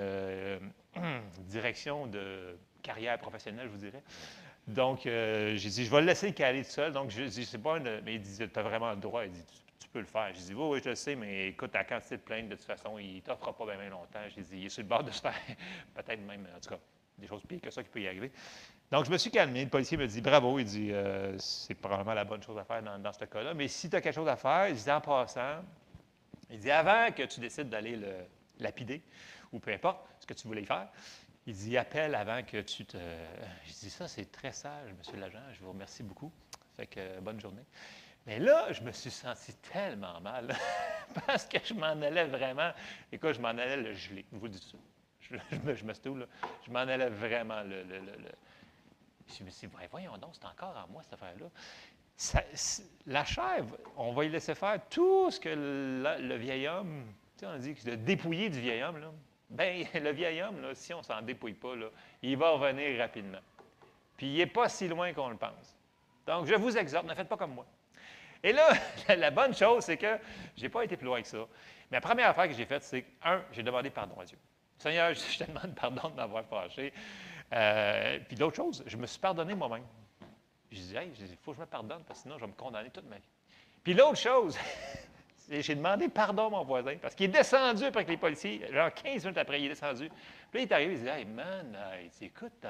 C: direction de carrière professionnelle, je vous dirais. Donc, j'ai dit, je vais le laisser caler tout seul. Donc, je dis, c'est pas mais il dit, tu as vraiment le droit. Il dit, tu peux le faire. Je dis, oui, je le sais, mais écoute, la quantité de plaintes, de toute façon, il ne t'offrira pas bien longtemps. J'ai dit, il est sur le bord de se faire, peut-être même, en tout cas, des choses pires que ça qui peut y arriver. Donc, je me suis calmé. Le policier me dit, bravo. Il dit, c'est probablement la bonne chose à faire dans ce cas-là. Mais si tu as quelque chose à faire, il dit, en passant, il dit, avant que tu décides d'aller le lapider, ou peu importe ce que tu voulais faire, il dit, appelle avant que tu te... Je dis, ça, c'est très sage, monsieur l'agent. Je vous remercie beaucoup. Fait que, bonne journée. Mais là, je me suis senti tellement mal parce que je m'en allais vraiment. Écoute, je m'en allais le geler. Je vous dis ça. Je me stoule, là. Je m'en allais vraiment Je me suis dit, voyons donc, c'est encore en moi, cette affaire-là. La chair, on va y laisser faire tout ce que le vieil homme, tu sais, on dit que le dépouillé du vieil homme, là. Bien, le vieil homme, là, si on ne s'en dépouille pas, là, il va revenir rapidement. Puis il n'est pas si loin qu'on le pense. Donc, je vous exhorte, ne faites pas comme moi. Et là, la bonne chose, c'est que je n'ai pas été plus loin que ça. Mais la première affaire que j'ai faite, c'est j'ai demandé pardon à Dieu. Seigneur, je te demande pardon de m'avoir fâché. Puis l'autre chose, je me suis pardonné moi-même. Je dis, hey, il faut que je me pardonne parce que sinon, je vais me condamner toute ma vie. Puis l'autre chose, j'ai demandé pardon à mon voisin parce qu'il est descendu après que les policiers, genre 15 minutes après, il est descendu. Puis là, il est arrivé, il dit, hey, man, il dit, écoute,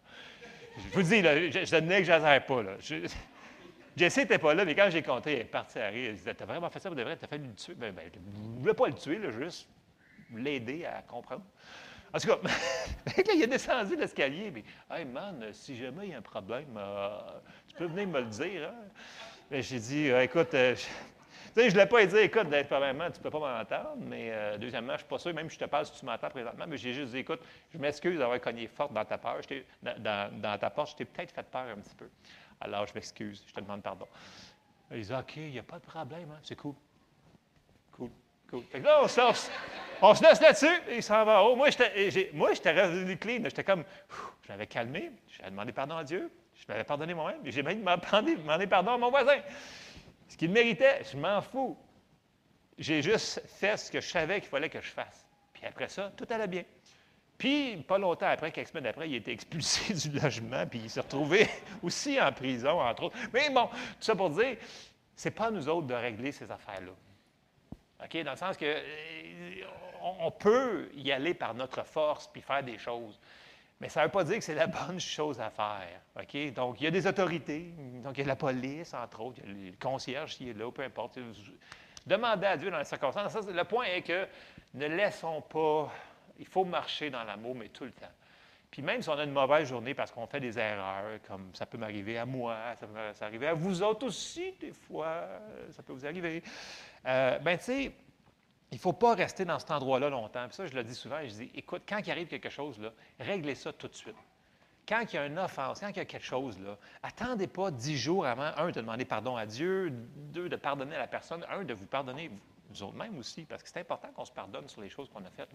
C: je vous dis, là, je ne n'exagère pas, là. Jesse n'était pas là, mais quand j'ai compté, elle est partie à rire. Elle disait, t'as vraiment fait ça pour de vrai, t'as fallu le tuer. Je ne voulais pas le tuer, là, juste l'aider à comprendre. En tout cas, il est descendu l'escalier, mais hey man, si jamais il y a un problème, tu peux venir me le dire. Hein? J'ai dit, écoute, je ne l'ai pas dit, écoute, premièrement, tu ne peux pas m'entendre, mais deuxièmement, je ne suis pas sûr, même si je te parle si tu m'entends présentement, mais j'ai juste dit, écoute, je m'excuse d'avoir cogné fort dans ta peur, dans ta porte, je t'ai peut-être fait peur un petit peu. Alors, je m'excuse, je te demande pardon. Il dit, OK, il n'y a pas de problème, hein? C'est cool. Cool. Cool. Fait que là, on se laisse là-dessus et il s'en va en haut. Moi, j'étais revenu clean. J'étais comme, je m'avais calmé. J'avais demandé pardon à Dieu. Je m'avais pardonné moi-même. J'ai même demandé pardon à mon voisin. Ce qu'il méritait, je m'en fous. J'ai juste fait ce que je savais qu'il fallait que je fasse. Puis après ça, tout allait bien. Puis, pas longtemps après, quelques semaines après, il a été expulsé du logement, puis il s'est retrouvé aussi en prison, entre autres. Mais bon, tout ça pour dire, c'est pas à nous autres de régler ces affaires-là. OK? Dans le sens que on peut y aller par notre force puis faire des choses. Mais ça ne veut pas dire que c'est la bonne chose à faire. OK? Donc, il y a des autorités. Donc, il y a la police, entre autres. Il y a le concierge qui est là, peu importe. Demandez à Dieu dans les circonstances. Le point est que ne laissons pas... Il faut marcher dans l'amour, mais tout le temps. Puis même si on a une mauvaise journée parce qu'on fait des erreurs, comme ça peut m'arriver à moi, ça peut arriver à vous autres aussi, des fois, ça peut vous arriver. Bien, tu sais, il ne faut pas rester dans cet endroit-là longtemps. Puis ça, je le dis souvent, je dis, écoute, quand il arrive quelque chose, là, réglez ça tout de suite. Quand il y a une offense, quand il y a quelque chose, là, attendez pas 10 jours avant, de demander pardon à Dieu, 2, de pardonner à la personne, 1, de vous pardonner vous autres même aussi, parce que c'est important qu'on se pardonne sur les choses qu'on a faites, là.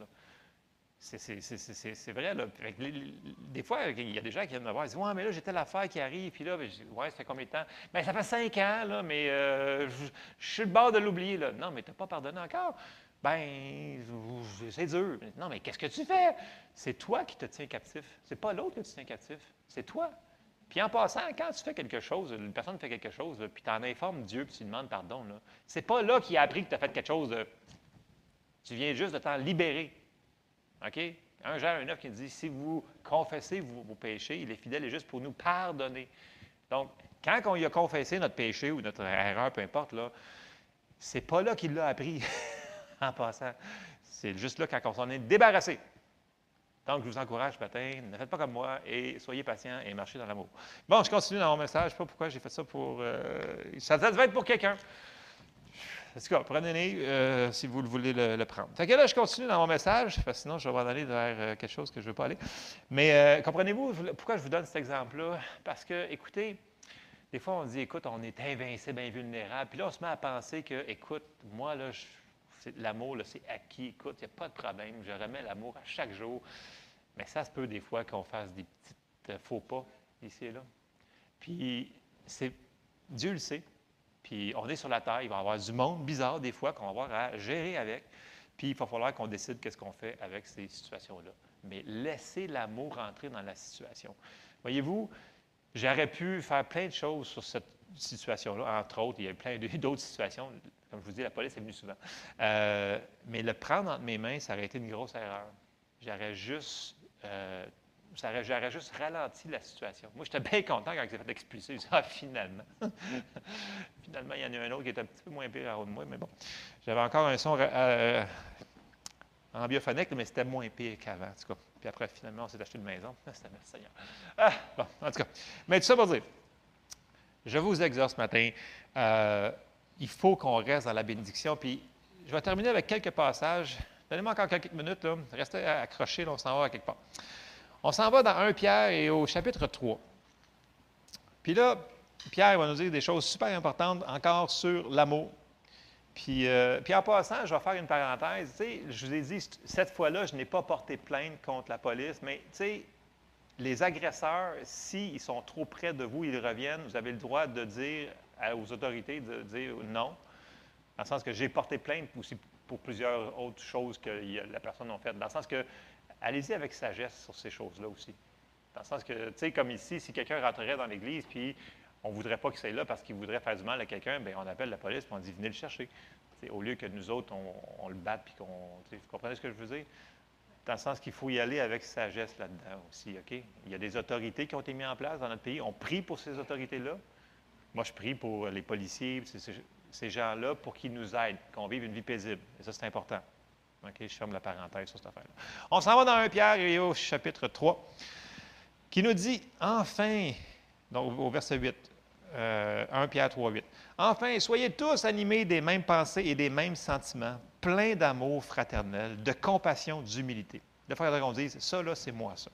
C: C'est vrai, là. Des fois, il y a des gens qui viennent me voir et disent « Ouais, mais là, j'ai telle affaire qui arrive. » Puis là, je dis « Ouais, ça fait combien de temps? » « Bien, ça fait 5 ans, là, mais je suis sur le bord de l'oublier, là. » « Non, mais tu n'as pas pardonné encore. » « Bien, c'est dur. » « Non, mais qu'est-ce que tu fais? C'est toi qui te tiens captif. C'est pas l'autre que tu tiens captif. C'est toi. » Puis en passant, quand tu fais quelque chose, une personne fait quelque chose, là, puis tu en informes Dieu, puis tu lui demandes pardon, là, c'est pas là qu'il a appris que tu as fait quelque chose de... Tu viens juste de t'en libérer. OK? 1 Jean 1,9 qui dit « Si vous confessez vos péchés, il est fidèle et juste pour nous pardonner. » Donc, quand on y a confessé notre péché ou notre erreur, peu importe, là, c'est pas là qu'il l'a appris, en passant. C'est juste là quand on s'en est débarrassé. Donc, je vous encourage ce matin, ne faites pas comme moi et soyez patients et marchez dans l'amour. Bon, je continue dans mon message. Je ne sais pas pourquoi j'ai fait ça pour... ça devait être pour quelqu'un. En tout cas, prenez-le si vous voulez le prendre. Fait que là, je continue dans mon message, parce que sinon, je vais m'en aller vers quelque chose que je ne veux pas aller. Mais comprenez-vous pourquoi je vous donne cet exemple-là? Parce que, écoutez, des fois, on dit, écoute, on est invincible, invulnérable. Puis là, on se met à penser que, écoute, moi, là, l'amour, c'est acquis. Écoute, il n'y a pas de problème. Je remets l'amour à chaque jour. Mais ça se peut des fois qu'on fasse des petits faux pas ici et là. Puis, Dieu le sait. Puis on est sur la terre, il va y avoir du monde bizarre des fois qu'on va avoir à gérer avec. Puis il va falloir qu'on décide qu'est-ce qu'on fait avec ces situations-là. Mais laissez l'amour entrer dans la situation. Voyez-vous, j'aurais pu faire plein de choses sur cette situation-là. Entre autres, il y a plein d'autres situations. Comme je vous dis, la police est venue souvent. Mais le prendre entre mes mains, ça aurait été une grosse erreur. J'aurais juste ralenti la situation. Moi, j'étais bien content quand il s'est fait expulser. Je disais, finalement. Finalement, il y en a un autre qui était un petit peu moins pire en haut de moi, mais bon. J'avais encore un son ambiophonique, mais c'était moins pire qu'avant, en tout cas. Puis après, finalement, on s'est acheté une maison. C'était merci Seigneur. Bon, en tout cas. Mais tout ça pour dire, je vous exhorte ce matin, il faut qu'on reste dans la bénédiction. Puis, je vais terminer avec quelques passages. Donnez-moi encore quelques minutes, là. Restez accrochés, là, on s'en va à quelque part. On s'en va dans 1 Pierre et au chapitre 3. Puis là, Pierre va nous dire des choses super importantes encore sur l'amour. Puis en passant, je vais faire une parenthèse. Tu sais, je vous ai dit, cette fois-là, je n'ai pas porté plainte contre la police, mais tu sais, les agresseurs, s'ils sont trop près de vous, ils reviennent, vous avez le droit de dire aux autorités de dire non, dans le sens que j'ai porté plainte aussi pour plusieurs autres choses que la personne a faites. Dans le sens que, allez-y avec sagesse sur ces choses-là aussi. Dans le sens que, tu sais, comme ici, si quelqu'un rentrerait dans l'église, puis on ne voudrait pas qu'il soit là parce qu'il voudrait faire du mal à quelqu'un, bien, on appelle la police, puis on dit, venez le chercher. T'sais, au lieu que nous autres, on le batte, puis qu'on... Vous comprenez ce que je veux dire? Dans le sens qu'il faut y aller avec sagesse là-dedans aussi, OK? Il y a des autorités qui ont été mises en place dans notre pays. On prie pour ces autorités-là. Moi, je prie pour les policiers, ces gens-là, pour qu'ils nous aident, qu'on vive une vie paisible. Et ça, c'est important. OK, je ferme la parenthèse sur cette affaire-là. On s'en va dans 1 Pierre et au chapitre 3, qui nous dit, enfin, donc au verset 8, 1 Pierre 3, 8, « Enfin, soyez tous animés des mêmes pensées et des mêmes sentiments, pleins d'amour fraternel, de compassion, d'humilité. » Le frère on dit, ça, là, c'est moi, ça.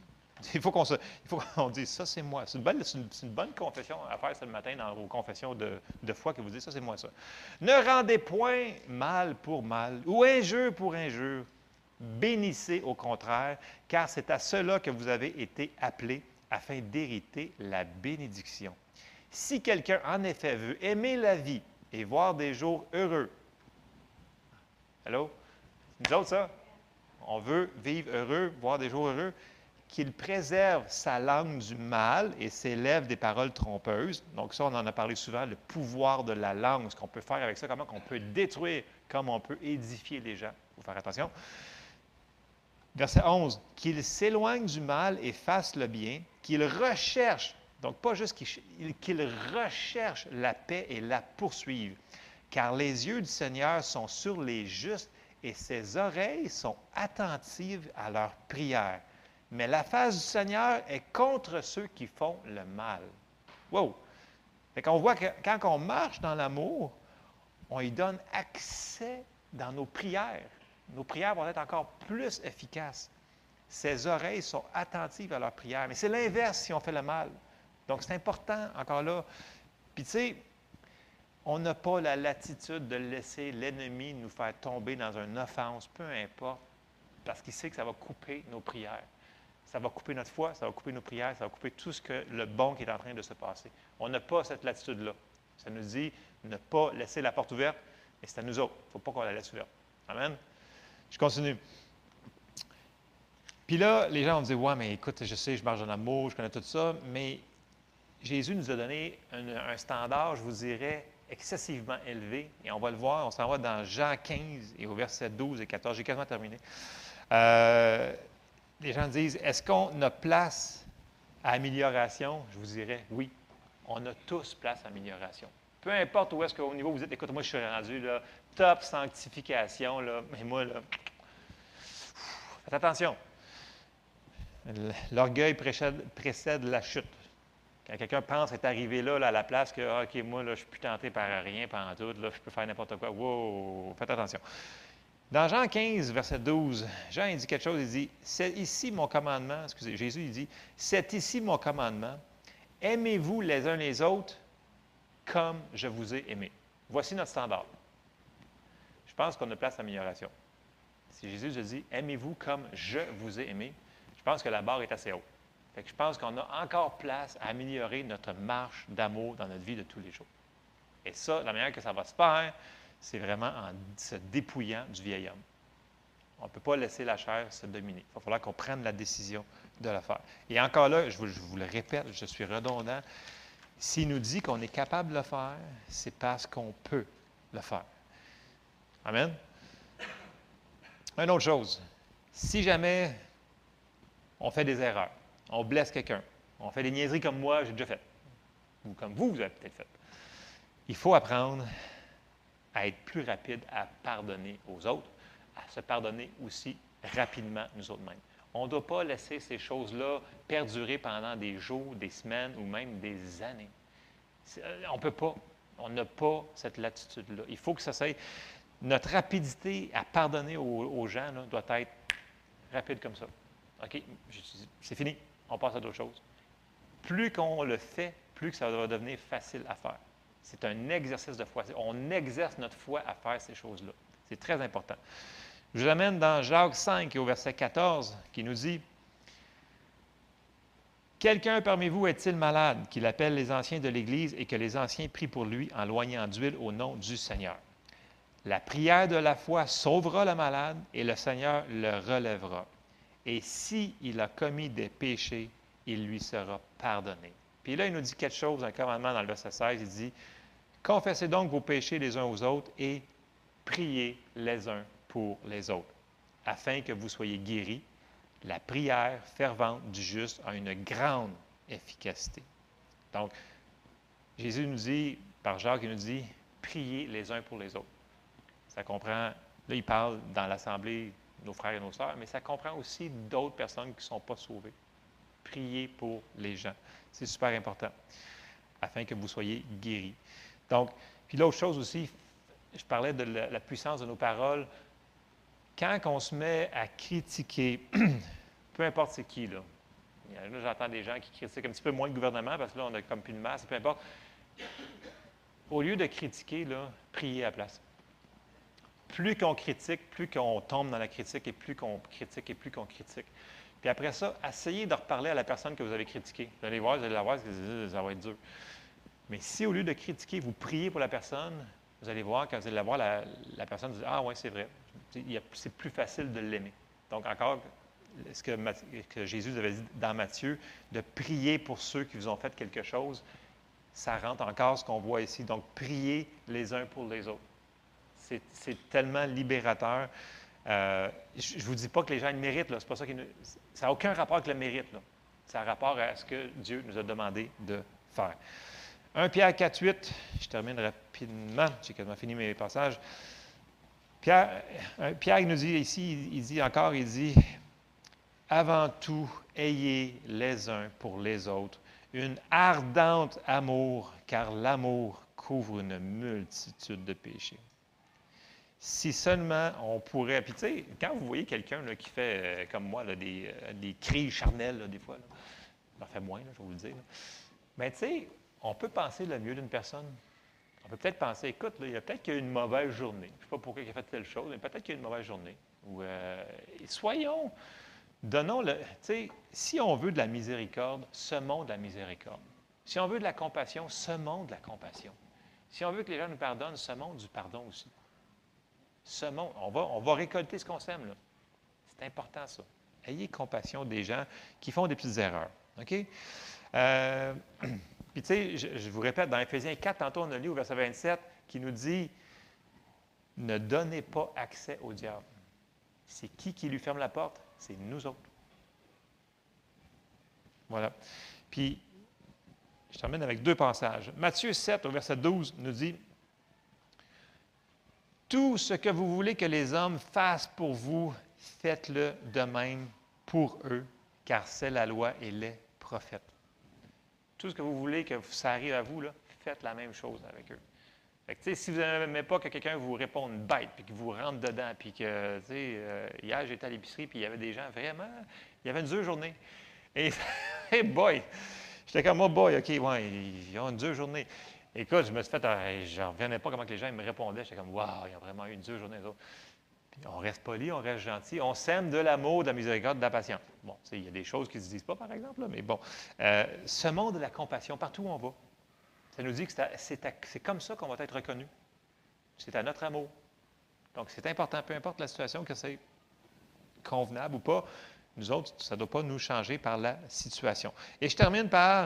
C: Il faut qu'on dise, ça, c'est moi. C'est une bonne confession à faire ce matin dans vos confessions de foi que vous dites, ça, c'est moi, ça. Ne rendez point mal pour mal ou injure pour injure. Bénissez au contraire, car c'est à cela que vous avez été appelés afin d'hériter la bénédiction. Si quelqu'un, en effet, veut aimer la vie et voir des jours heureux, allô? Nous autres, ça? On veut vivre heureux, voir des jours heureux, qu'il préserve sa langue du mal et ses lèvres des paroles trompeuses. Donc ça, on en a parlé souvent, le pouvoir de la langue, ce qu'on peut faire avec ça, comment on peut détruire, comment on peut édifier les gens. Il faut faire attention. Verset 11, qu'il s'éloigne du mal et fasse le bien, qu'il recherche, donc pas juste qu'il recherche la paix et la poursuive, car les yeux du Seigneur sont sur les justes et ses oreilles sont attentives à leurs prières. Mais la face du Seigneur est contre ceux qui font le mal. Wow! Fait qu'on voit que quand on marche dans l'amour, on y donne accès dans nos prières. Nos prières vont être encore plus efficaces. Ses oreilles sont attentives à leurs prières. Mais c'est l'inverse si on fait le mal. Donc, c'est important, encore là. Puis, tu sais, on n'a pas la latitude de laisser l'ennemi nous faire tomber dans une offense, peu importe, parce qu'il sait que ça va couper nos prières. Ça va couper notre foi, ça va couper nos prières, ça va couper tout ce que le bon qui est en train de se passer. On n'a pas cette latitude-là. Ça nous dit ne pas laisser la porte ouverte, mais c'est à nous autres. Il ne faut pas qu'on la laisse ouverte. Amen. Je continue. Puis là, les gens vont me dire, ouais, mais écoute, je sais, je marche dans l'amour, je connais tout ça, mais Jésus nous a donné un standard, je vous dirais, excessivement élevé. Et on va le voir, on s'en va dans Jean 15 et au verset 12 et 14. J'ai quasiment terminé. Les gens disent, est-ce qu'on a place à amélioration? Je vous dirais, oui. On a tous place à amélioration. Peu importe où est-ce qu'au niveau vous êtes, écoute, moi je suis rendu là, top sanctification, là, mais moi, là, faites attention. L'orgueil précède la chute. Quand quelqu'un pense être arrivé là, à la place que, OK, moi, là, je ne suis plus tenté par rien, pendant tout, là, je peux faire n'importe quoi. Wow, faites attention. Dans Jean 15, verset 12, Jean il dit quelque chose, il dit, c'est ici mon commandement, excusez, Jésus il dit, c'est ici mon commandement, aimez-vous les uns les autres comme je vous ai aimé. Voici notre standard. Je pense qu'on a place à amélioration. Si Jésus nous dit, aimez-vous comme je vous ai aimé, je pense que la barre est assez haute. Fait que je pense qu'on a encore place à améliorer notre marche d'amour dans notre vie de tous les jours. Et ça, la manière que ça va se faire, c'est vraiment en se dépouillant du vieil homme. On ne peut pas laisser la chair se dominer. Il va falloir qu'on prenne la décision de le faire. Et encore là, je vous le répète, je suis redondant, s'il nous dit qu'on est capable de le faire, c'est parce qu'on peut le faire. Amen? Une autre chose, si jamais on fait des erreurs, on blesse quelqu'un, on fait des niaiseries comme moi, j'ai déjà fait, ou comme vous avez peut-être fait, il faut apprendre à être plus rapide à pardonner aux autres, à se pardonner aussi rapidement nous autres mêmes. On ne doit pas laisser ces choses-là perdurer pendant des jours, des semaines ou même des années. On ne peut pas. On n'a pas cette latitude-là. Il faut que ça soit... Notre rapidité à pardonner aux gens là, doit être rapide comme ça. OK, c'est fini. On passe à d'autres choses. Plus qu'on le fait, plus que ça va devenir facile à faire. C'est un exercice de foi. On exerce notre foi à faire ces choses-là. C'est très important. Je vous amène dans Jacques 5 et au verset 14 qui nous dit « Quelqu'un parmi vous est-il malade, qu'il appelle les anciens de l'Église et que les anciens prient pour lui en loignant d'huile au nom du Seigneur. La prière de la foi sauvera le malade et le Seigneur le relèvera. Et s'il a commis des péchés, il lui sera pardonné. » Puis là, il nous dit quelque chose, un commandement dans le verset 16, il dit « Confessez donc vos péchés les uns aux autres et priez les uns pour les autres, afin que vous soyez guéris. La prière fervente du juste a une grande efficacité. » Donc, Jésus nous dit, par Jacques, il nous dit « Priez les uns pour les autres. » Ça comprend, là, il parle dans l'assemblée de nos frères et nos sœurs, mais ça comprend aussi d'autres personnes qui ne sont pas sauvées. Priez pour les gens. C'est super important, afin que vous soyez guéris. Donc, puis l'autre chose aussi, je parlais de la puissance de nos paroles. Quand on se met à critiquer, peu importe c'est qui, là, Là, j'entends des gens qui critiquent un petit peu moins le gouvernement parce que là, on a comme plus de masse, peu importe. Au lieu de critiquer, là, priez à la place. Plus qu'on critique, plus qu'on tombe dans la critique, et plus qu'on critique, et plus qu'on critique. Puis après ça, essayez de reparler à la personne que vous avez critiquée. Vous allez voir, ça va être dur. Mais si au lieu de critiquer, vous priez pour la personne, vous allez voir, quand vous allez la voir, la personne dit « Ah oui, c'est vrai. » C'est plus facile de l'aimer. Donc encore, ce que Jésus avait dit dans Matthieu, de prier pour ceux qui vous ont fait quelque chose, ça rentre encore ce qu'on voit ici. Donc, priez les uns pour les autres. C'est tellement libérateur. Je ne vous dis pas que les gens le méritent, là. C'est pas ça ça n'a aucun rapport avec le mérite, là. Ça a rapport à ce que Dieu nous a demandé de faire. 1 Pierre 4, 8, je termine rapidement, j'ai quasiment fini mes passages. Pierre il nous dit ici, il dit, avant tout, ayez les uns pour les autres une ardente amour, car l'amour couvre une multitude de péchés. Si seulement on pourrait... Puis tu sais, quand vous voyez quelqu'un là, qui fait, comme moi, là, des cris charnels, là, des fois, là, j'en fais moins, là, je vais vous le dire. Là. Mais tu sais, on peut penser le mieux d'une personne. On peut peut-être penser, écoute, là, il y a peut-être qu'il y a eu une mauvaise journée. Je ne sais pas pourquoi il a fait telle chose, mais peut-être qu'il y a eu une mauvaise journée. Ou, donnons-le, tu sais, si on veut de la miséricorde, semons de la miséricorde. Si on veut de la compassion, semons de la compassion. Si on veut que les gens nous pardonnent, semons du pardon aussi. Semons, on va récolter ce qu'on sème, là. C'est important, ça. Ayez compassion des gens qui font des petites erreurs. OK? Puis, tu sais, je vous répète, dans Éphésiens 4, tantôt, on a lu au verset 27, qui nous dit « Ne donnez pas accès au diable. » C'est qui lui ferme la porte? C'est nous autres. Voilà. Puis, je termine avec 2 passages. Matthieu 7, au verset 12, nous dit « Tout ce que vous voulez que les hommes fassent pour vous, faites-le de même pour eux, car c'est la loi et les prophètes. » Tout ce que vous voulez que ça arrive à vous, là, faites la même chose avec eux. Fait que, si vous n'aimez pas que quelqu'un vous réponde bête, puis que vous rentre dedans, puis que, hier, j'étais à l'épicerie, puis il y avait des gens vraiment, il y avait une dure journée. Et, hey boy! J'étais comme, oh boy, OK, ouais, ils ont une dure journée. Écoute, je me suis fait, je ne revenais pas comment que les gens me répondaient. J'étais comme, wow, ils ont vraiment eu une dure journée, les autres. Puis on reste poli, on reste gentil, on sème de l'amour, de la miséricorde, de la patience. Bon, il y a des choses qui ne se disent pas, par exemple, là, mais bon. Semons de la compassion partout où on va. Ça nous dit que c'est comme ça qu'on va être reconnu. C'est à notre amour. Donc, c'est important, peu importe la situation, que c'est convenable ou pas, nous autres, ça ne doit pas nous changer par la situation. Et je termine par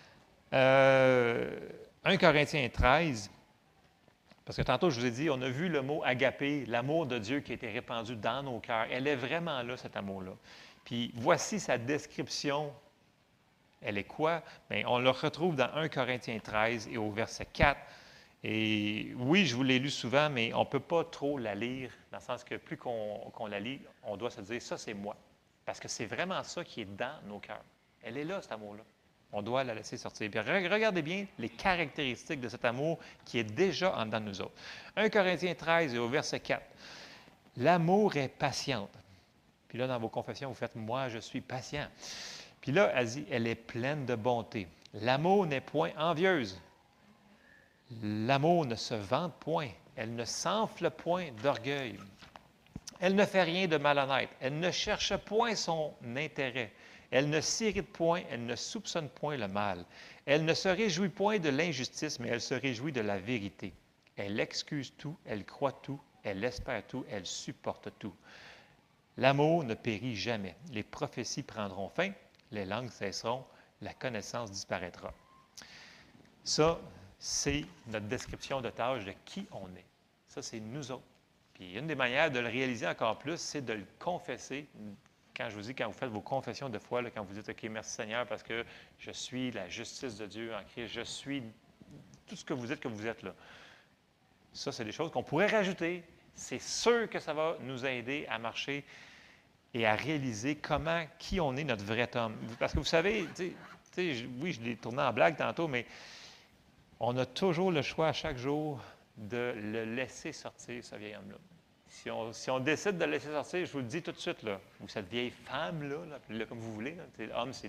C: 1 Corinthiens 13, parce que tantôt, je vous ai dit, on a vu le mot agapé, l'amour de Dieu qui a été répandu dans nos cœurs. Elle est vraiment là, cet amour-là. Puis, voici sa description. Elle est quoi? Bien, on le retrouve dans 1 Corinthiens 13 et au verset 4. Et oui, je vous l'ai lu souvent, mais on ne peut pas trop la lire, dans le sens que plus qu'on la lit, on doit se dire, ça, c'est moi. Parce que c'est vraiment ça qui est dans nos cœurs. Elle est là, cet amour-là. On doit la laisser sortir. Puis regardez bien les caractéristiques de cet amour qui est déjà en dedans de nous autres. 1 Corinthiens 13 et au verset 4. L'amour est patiente. Puis là, dans vos confessions, vous faites « Moi, je suis patient ». Puis là, elle dit, elle est pleine de bonté. L'amour n'est point envieuse. L'amour ne se vante point. Elle ne s'enfle point d'orgueil. Elle ne fait rien de malhonnête. Elle ne cherche point son intérêt. Elle ne s'irrite point. Elle ne soupçonne point le mal. Elle ne se réjouit point de l'injustice, mais elle se réjouit de la vérité. Elle excuse tout. Elle croit tout. Elle espère tout. Elle supporte tout. L'amour ne périt jamais. Les prophéties prendront fin. Les langues cesseront, la connaissance disparaîtra. Ça, c'est notre description de tâche de qui on est. Ça, c'est nous autres. Puis une des manières de le réaliser encore plus, c'est de le confesser. Quand je vous dis, quand vous faites vos confessions de foi, là, quand vous dites « OK, merci Seigneur, parce que je suis la justice de Dieu en Christ, je suis tout ce que vous êtes là. » Ça, c'est des choses qu'on pourrait rajouter. C'est sûr que ça va nous aider à marcher et à réaliser qui on est, notre vrai homme. Parce que vous savez, oui, je l'ai tourné en blague tantôt, mais on a toujours le choix à chaque jour de le laisser sortir, ce vieil homme-là. Si on décide de le laisser sortir, je vous le dis tout de suite, là, ou cette vieille femme-là, là, comme vous voulez, là, homme,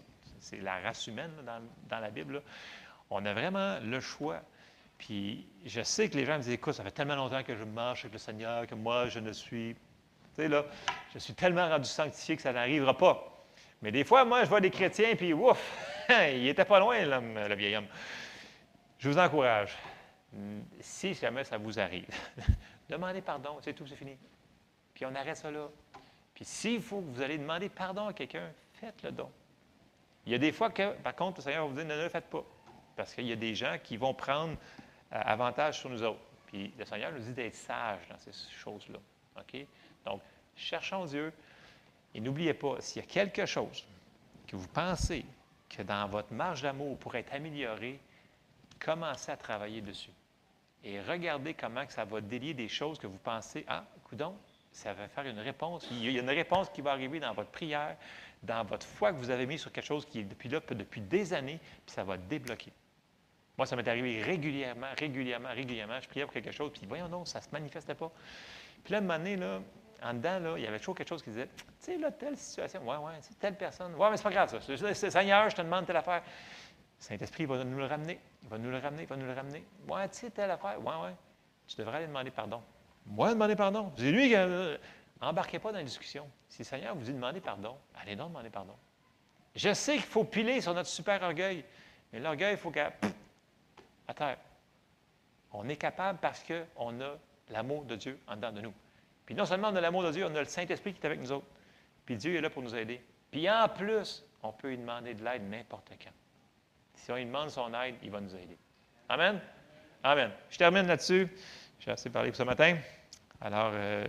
C: c'est la race humaine là, dans la Bible, là. On a vraiment le choix. Puis je sais que les gens me disent, écoute, ça fait tellement longtemps que je marche avec le Seigneur, que moi, je ne suis, tu sais, là, je suis tellement rendu sanctifié que ça n'arrivera pas. Mais des fois, moi, je vois des chrétiens, puis ouf, il était pas loin, l'homme, le vieil homme. Je vous encourage, si jamais ça vous arrive, demandez pardon, c'est tout, c'est fini. Puis on arrête ça là. Puis s'il faut que vous allez demander pardon à quelqu'un, faites le don. Il y a des fois que, par contre, le Seigneur va vous dire, ne le faites pas. Parce qu'il y a des gens qui vont prendre avantage sur nous autres. Puis le Seigneur nous dit d'être sages dans ces choses-là. OK? Donc, cherchons Dieu. Et n'oubliez pas, s'il y a quelque chose que vous pensez que dans votre marge d'amour pourrait être amélioré, commencez à travailler dessus. Et regardez comment que ça va délier des choses que vous pensez, ah, coudonc, ça va faire une réponse. Il y a une réponse qui va arriver dans votre prière, dans votre foi que vous avez mis sur quelque chose qui est depuis là, depuis des années, puis ça va débloquer. Moi, ça m'est arrivé régulièrement. Je priais pour quelque chose, puis voyons non, ça ne se manifestait pas. Puis là, à un moment donné, là, en dedans, là, il y avait toujours quelque chose qui disait, tu sais, là, telle situation, c'est telle personne, mais c'est pas grave, ça. Seigneur, je te demande telle affaire. Le Saint-Esprit va nous le ramener. Il va nous le ramener. Ouais, tu sais, telle affaire. Ouais. Tu devrais aller demander pardon. Moi, demander pardon. C'est lui qui. Embarquez pas dans la discussion. Si le Seigneur vous dit demander pardon, allez donc demander pardon. Je sais qu'il faut piler sur notre super orgueil, mais l'orgueil, il faut qu'à terre. On est capable parce qu'on a l'amour de Dieu en dedans de nous. Puis non seulement on a l'amour de Dieu, on a le Saint-Esprit qui est avec nous autres. Puis Dieu est là pour nous aider. Puis en plus, on peut lui demander de l'aide n'importe quand. Si on lui demande son aide, il va nous aider. Amen? Amen. Je termine là-dessus. J'ai assez parlé pour ce matin. Alors,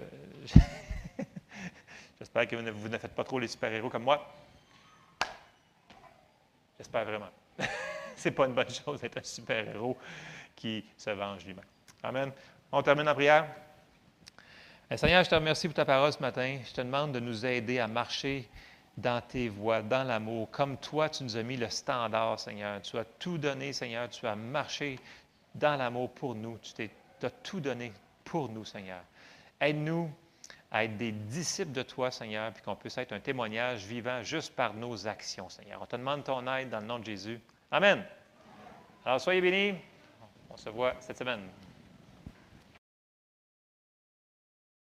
C: j'espère que vous ne faites pas trop les super-héros comme moi. J'espère vraiment. Ce n'est pas une bonne chose d'être un super-héros qui se venge lui-même. Amen. On termine en prière. Seigneur, je te remercie pour ta parole ce matin. Je te demande de nous aider à marcher dans tes voies, dans l'amour. Comme toi, tu nous as mis le standard, Seigneur. Tu as tout donné, Seigneur. Tu as marché dans l'amour pour nous. Tu as tout donné pour nous, Seigneur. Aide-nous à être des disciples de toi, Seigneur, puis qu'on puisse être un témoignage vivant juste par nos actions, Seigneur. On te demande ton aide dans le nom de Jésus. Amen. Alors, soyez bénis. On se voit cette semaine.